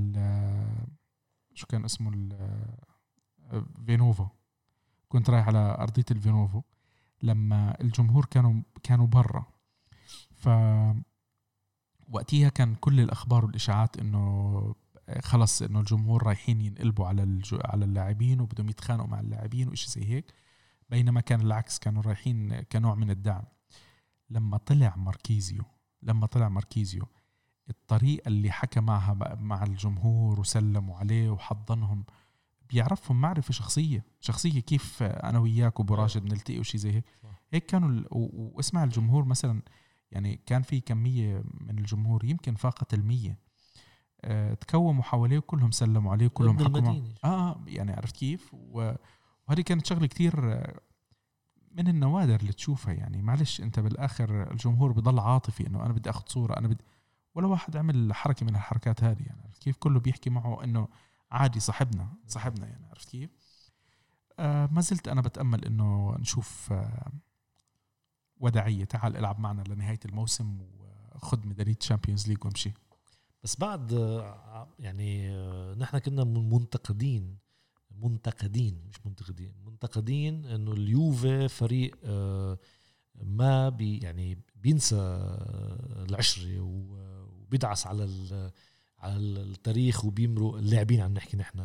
شو كان اسمه الفينوفو، كنت رايح على أرضية الفينوفو لما الجمهور كانوا كانوا برا. ف وقتها كان كل الأخبار والإشاعات إنه خلص إنه الجمهور رايحين ينقلبوا على الج... على اللاعبين وبدهم يتخانقوا مع اللاعبين وإشي زي هيك، بينما كان العكس، كانوا رايحين كنوع من الدعم. لما طلع ماركيزيو لما طلع ماركيزيو الطريقة اللي حكى معها مع الجمهور وسلموا عليه وحضنهم، بيعرفهم معرفة شخصية شخصية كيف أنا وياك وأبو راشد بنلتقي وشي زي هيك. هيك كانوا ال... و... واسمع الجمهور مثلا، يعني كان في كمية من الجمهور يمكن فاقت المية أه تكوموا حواليه وكلهم سلموا عليه وكلهم حكوا آه يعني عرفت كيف. وهذه كانت شغلة كتير من النوادر اللي تشوفها يعني. معلش أنت بالآخر الجمهور بيضل عاطفي إنه أنا بدي أخذ صورة، أنا بدي، ولا واحد عمل حركة من الحركات هذه يعني عرفت كيف. كله بيحكي معه إنه عادي صاحبنا صاحبنا يعني عرفت كيف. آه ما زلت أنا بتأمل إنه نشوف آه وداعية، تعال العب معنا لنهاية الموسم وخد ميدالية تشامبيونز ليج وامشي. بس بعد يعني نحن كنا منتقدين منتقدين مش منتقدين منتقدين انه اليوفي فريق ما بي يعني بينسى العشرة وبيدعس على على التاريخ وبيمروا اللاعبين. عم نحكي نحن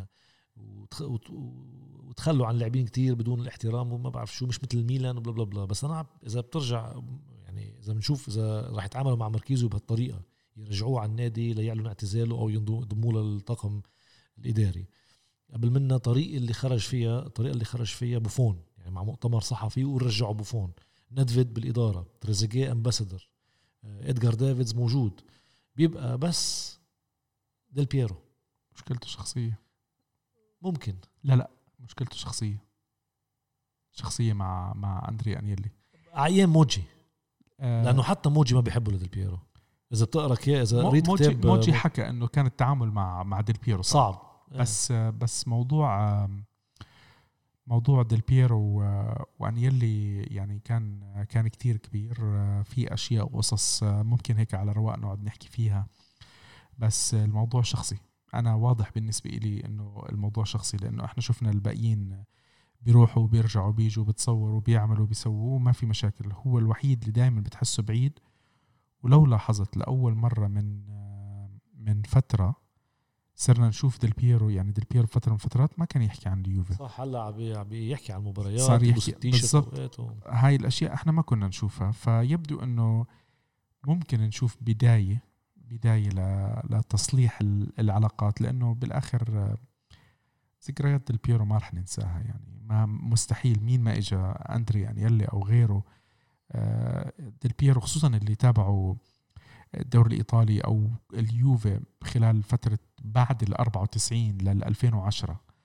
وتخلوا عن اللاعبين كتير بدون الاحترام وما بعرف شو، مش مثل ميلان وبلا بلا بلا. بس انا اذا بترجع يعني اذا بنشوف اذا راح يتعاملوا مع ماركيزيو بهالطريقه، يرجعوه على النادي ليعلن اعتزاله او ينضموا للطاقم الاداري، قبل منا طريق اللي خرج فيها الطريقه اللي خرج فيها بوفون يعني مع مؤتمر صحفي ورجعوا بوفون، ندفيد بالاداره، تريزيجيه امباسادور، ادغار دافيدز موجود، بيبقى بس ديل بييرو مشكلته شخصيه. ممكن لا لا مشكلته شخصيه شخصيه مع مع اندري انيلي عيان موجي. آه لانه حتى موجي ما بيحبه لديل بييرو. اذا بتقرا كي اذا قريت موجي كتاب موجي حكى انه كان التعامل مع مع ديل بييرو صعب, صعب. بس آه. بس موضوع موضوع ديل بييرو وانيلي يعني كان كان كتير كبير. في اشياء وقصص ممكن هيك على رواق نقعد نحكي فيها، بس الموضوع شخصي. أنا واضح بالنسبة إلي إنه الموضوع شخصي، لأنه إحنا شفنا الباقيين بيروحوا وبيرجعوا بيجوا بتصوروا وبيعملوا بيسووا ما في مشاكل. هو الوحيد اللي دائما بتحسه بعيد. ولو لاحظت لأول مرة من من فترة صرنا نشوف ديل بييرو، يعني ديل بييرو فترة من فترات ما كان يحكي عن اليوفي، صح. هلا عم يحكي عن المباريات، صار يحكي بالضبط. هاي الأشياء إحنا ما كنا نشوفها، فيبدو إنه ممكن نشوف بداية بداية لتصليح العلاقات، لأنه بالآخر ذكريات ديل بييرو ما رح ننساها يعني. ما مستحيل مين ما إجا أندري أنيلي أو غيره ديل بييرو، خصوصا اللي تابعوا الدوري الإيطالي أو اليوفي خلال فترة بعد الأربعة وتسعين للألفين وعشرة،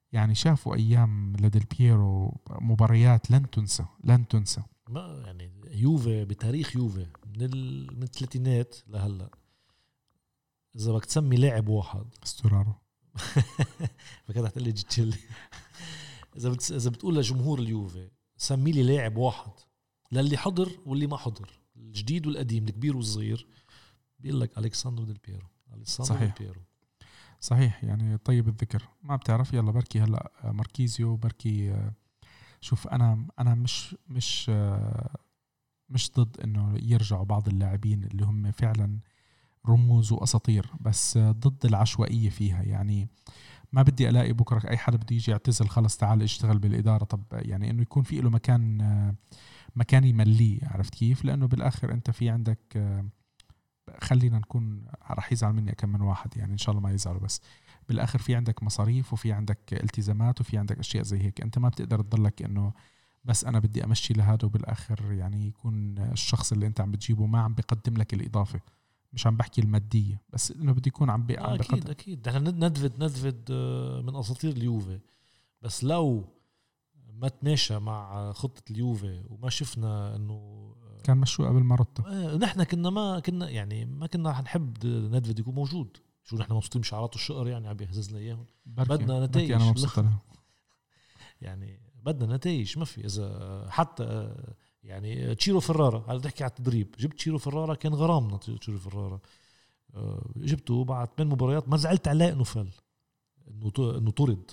يعني شافوا ايام لديل بييرو مباريات لن تنسى لن تنسى. ما يعني يوفي بتاريخ يوفي من ال... من الثلاثينات لهلا اذا بدك تسمي لاعب واحد استرارو فكده هتقول لي جيتشيلي. اذا بت... اذا بتقول لجمهور اليوفي سمي لي لاعب واحد للي حضر واللي ما حضر الجديد والقديم الكبير والصغير بيقول لك ألكساندرو ديل بييرو. ألكساندرو ديل بييرو صحيح يعني طيب الذكر ما بتعرف يلا بركي هلا ماركيزيو بركي. شوف انا انا مش مش مش ضد انه يرجعوا بعض اللاعبين اللي هم فعلا رموز واساطير بس ضد العشوائيه فيها. يعني ما بدي الاقي بكره اي حدا بده يجي يعتزل خلص تعال اشتغل بالاداره. طب يعني انه يكون في له مكان مكان يمليه عرفت كيف لانه بالاخر انت في عندك خلينا نكون رح يزعل مني كم من واحد يعني ان شاء الله ما يزعلوا بس بالاخر في عندك مصاريف وفي عندك التزامات وفي عندك اشياء زي هيك. انت ما بتقدر تضلك انه بس انا بدي امشي لهذا وبالاخر يعني يكون الشخص اللي انت عم بتجيبه ما عم بقدم لك الاضافه. مش عم بحكي الماديه بس انه بدي يكون عم بي... عم اكيد بقدم. اكيد احنا ندفد ندفد من اساطير اليوفي بس لو ما تماشى مع خطه اليوفي وما شفنا انه كان مشوا قبل ما رته اه نحن كنا ما كنا يعني ما كنا رح نحب ندفد يكون موجود. شو نحن مبسوطين بشعارات الشقر يعني عم يهزز لنا اياهم. بدنا نتائج انا مبسوط له يعني بدنا نتائج ما في اذا حتى يعني تشيرو فرارا هل تحكي على التدريب جبت تشيرو فرارا كان غرامنا تشيرو فرارا جبته بعد من مباريات ما زعلت عليه انه فل انه انه طرد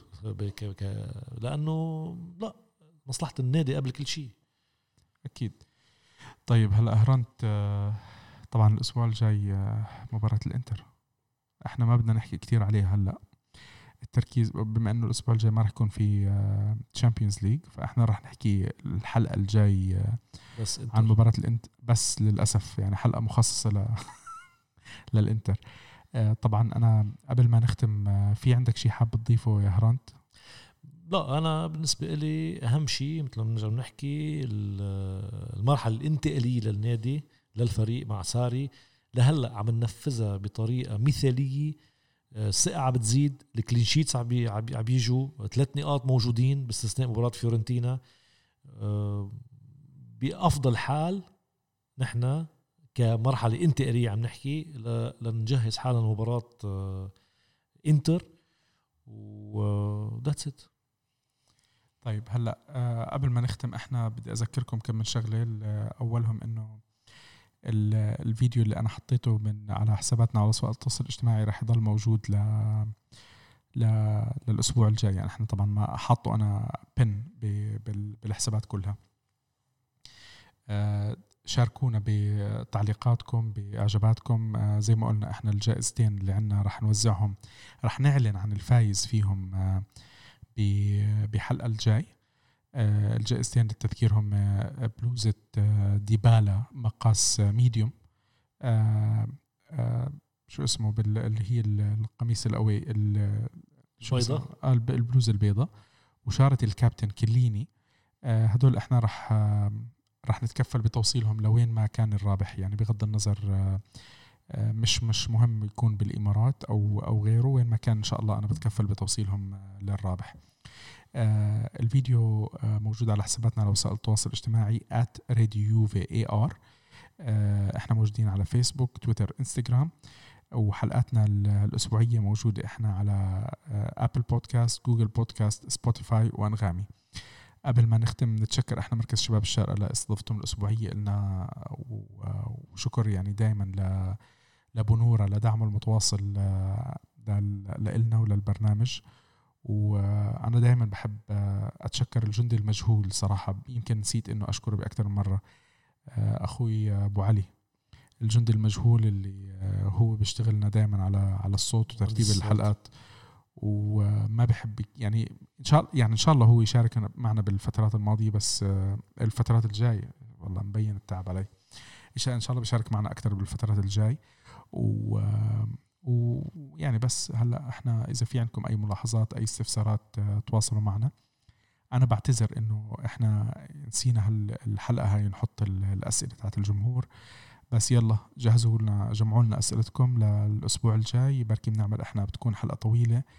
لانه لا مصلحه النادي قبل كل شيء اكيد. طيب هلا اهرنت طبعا الاسبوع الجاي مباراه الانتر احنا ما بدنا نحكي كتير عليها هلا التركيز بما انه الاسبوع الجاي ما راح يكون في تشامبيونز ليج فاحنا راح نحكي الحلقه الجاي بس عن مباراه الانتر بس للاسف يعني حلقه مخصصه ل للانتر. طبعا انا قبل ما نختم في عندك شيء حاب تضيفه يا هرانت؟ لا انا بالنسبه لي اهم شيء مثل ما بنرجع بنحكي المرحله الانتقاليه للنادي للفريق مع ساري لهلا عم ننفذها بطريقه مثاليه. الثقه عم بتزيد الكلين شيتس عم عم يجوا ثلاث نقاط موجودين باستثناء مباراه فيورنتينا بافضل حال. نحن كمرحله انتقاليه عم نحكي لنجهز حالنا لمباراه انتر و ذاتس ات. طيب هلا أه قبل ما نختم احنا بدي اذكركم كم من شغله. اولهم انه الفيديو اللي انا حطيته من على حساباتنا على وسائل التواصل الاجتماعي راح يضل موجود ل ل للاسبوع الجاي. يعني احنا طبعا ما حاطه انا بن بالحسابات كلها. أه شاركونا بتعليقاتكم باعجاباتكم. أه زي ما قلنا احنا الجائزتين اللي عنا راح نوزعهم راح نعلن عن الفايز فيهم أه بحلقة الجاي. أه الجائزتين للتذكير هم بلوزة أه ديبالا مقاس ميديوم أه أه شو اسمه بال اللي هي القميص القوي البيضة البلوزة البيضة وشارة الكابتن كليني. أه هدول احنا راح أه راح نتكفل بتوصيلهم لوين ما كان الرابح يعني بغض النظر أه مش مش مهم يكون بالإمارات أو أو غيره وين ما كان إن شاء الله أنا بتكفل بتوصيلهم للرابح. آه الفيديو آه موجود على حساباتنا على وسائل التواصل الاجتماعي آت راديو في إيه آر. آه احنا موجودين على فيسبوك تويتر انستغرام وحلقاتنا الأسبوعية موجودة احنا على آه أبل بودكاست جوجل بودكاست سبوتيفاي وأنغامي. قبل ما نختم نتشكر احنا مركز شباب الشارقة لاستضافتهم الأسبوعية لنا وشكر يعني دايما ل لبنورة لدعمه المتواصل لنا وللبرنامج. وأنا دائما بحب أتشكر الجندي المجهول صراحة يمكن نسيت إنه أشكره بأكثر من مرة أخوي أبو علي الجندي المجهول اللي هو بيشتغلنا دائما على على الصوت وترتيب الحلقات وما بحب يعني إن شاء يعني إن شاء الله هو يشارك معنا بالفترات الماضية بس الفترات الجاية والله مبين التعب علي إن شاء الله بيشارك معنا أكثر بالفترات الجاي. و ويعني بس هلا احنا اذا في عندكم اي ملاحظات اي استفسارات تواصلوا معنا. انا بعتذر انه احنا نسينا هالحلقه هاي نحط الاسئله تاعت الجمهور بس يلا جهزوا لنا جمعوا لنا اسئلتكم للاسبوع الجاي بركي بنعمل احنا بتكون حلقه طويله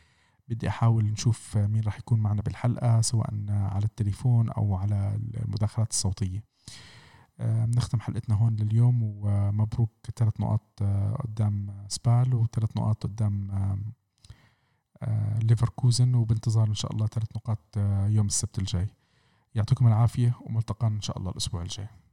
بدي أحاول نشوف مين راح يكون معنا بالحلقة سواء على التليفون أو على المداخلات الصوتية. نختم حلقتنا هون لليوم، ومبروك ثلاث نقاط قدام سبال وثلاث نقاط قدام ليفركوزن، وبانتظار إن شاء الله ثلاث نقاط يوم السبت الجاي. يعطيكم العافية وملتقانا إن شاء الله الأسبوع الجاي.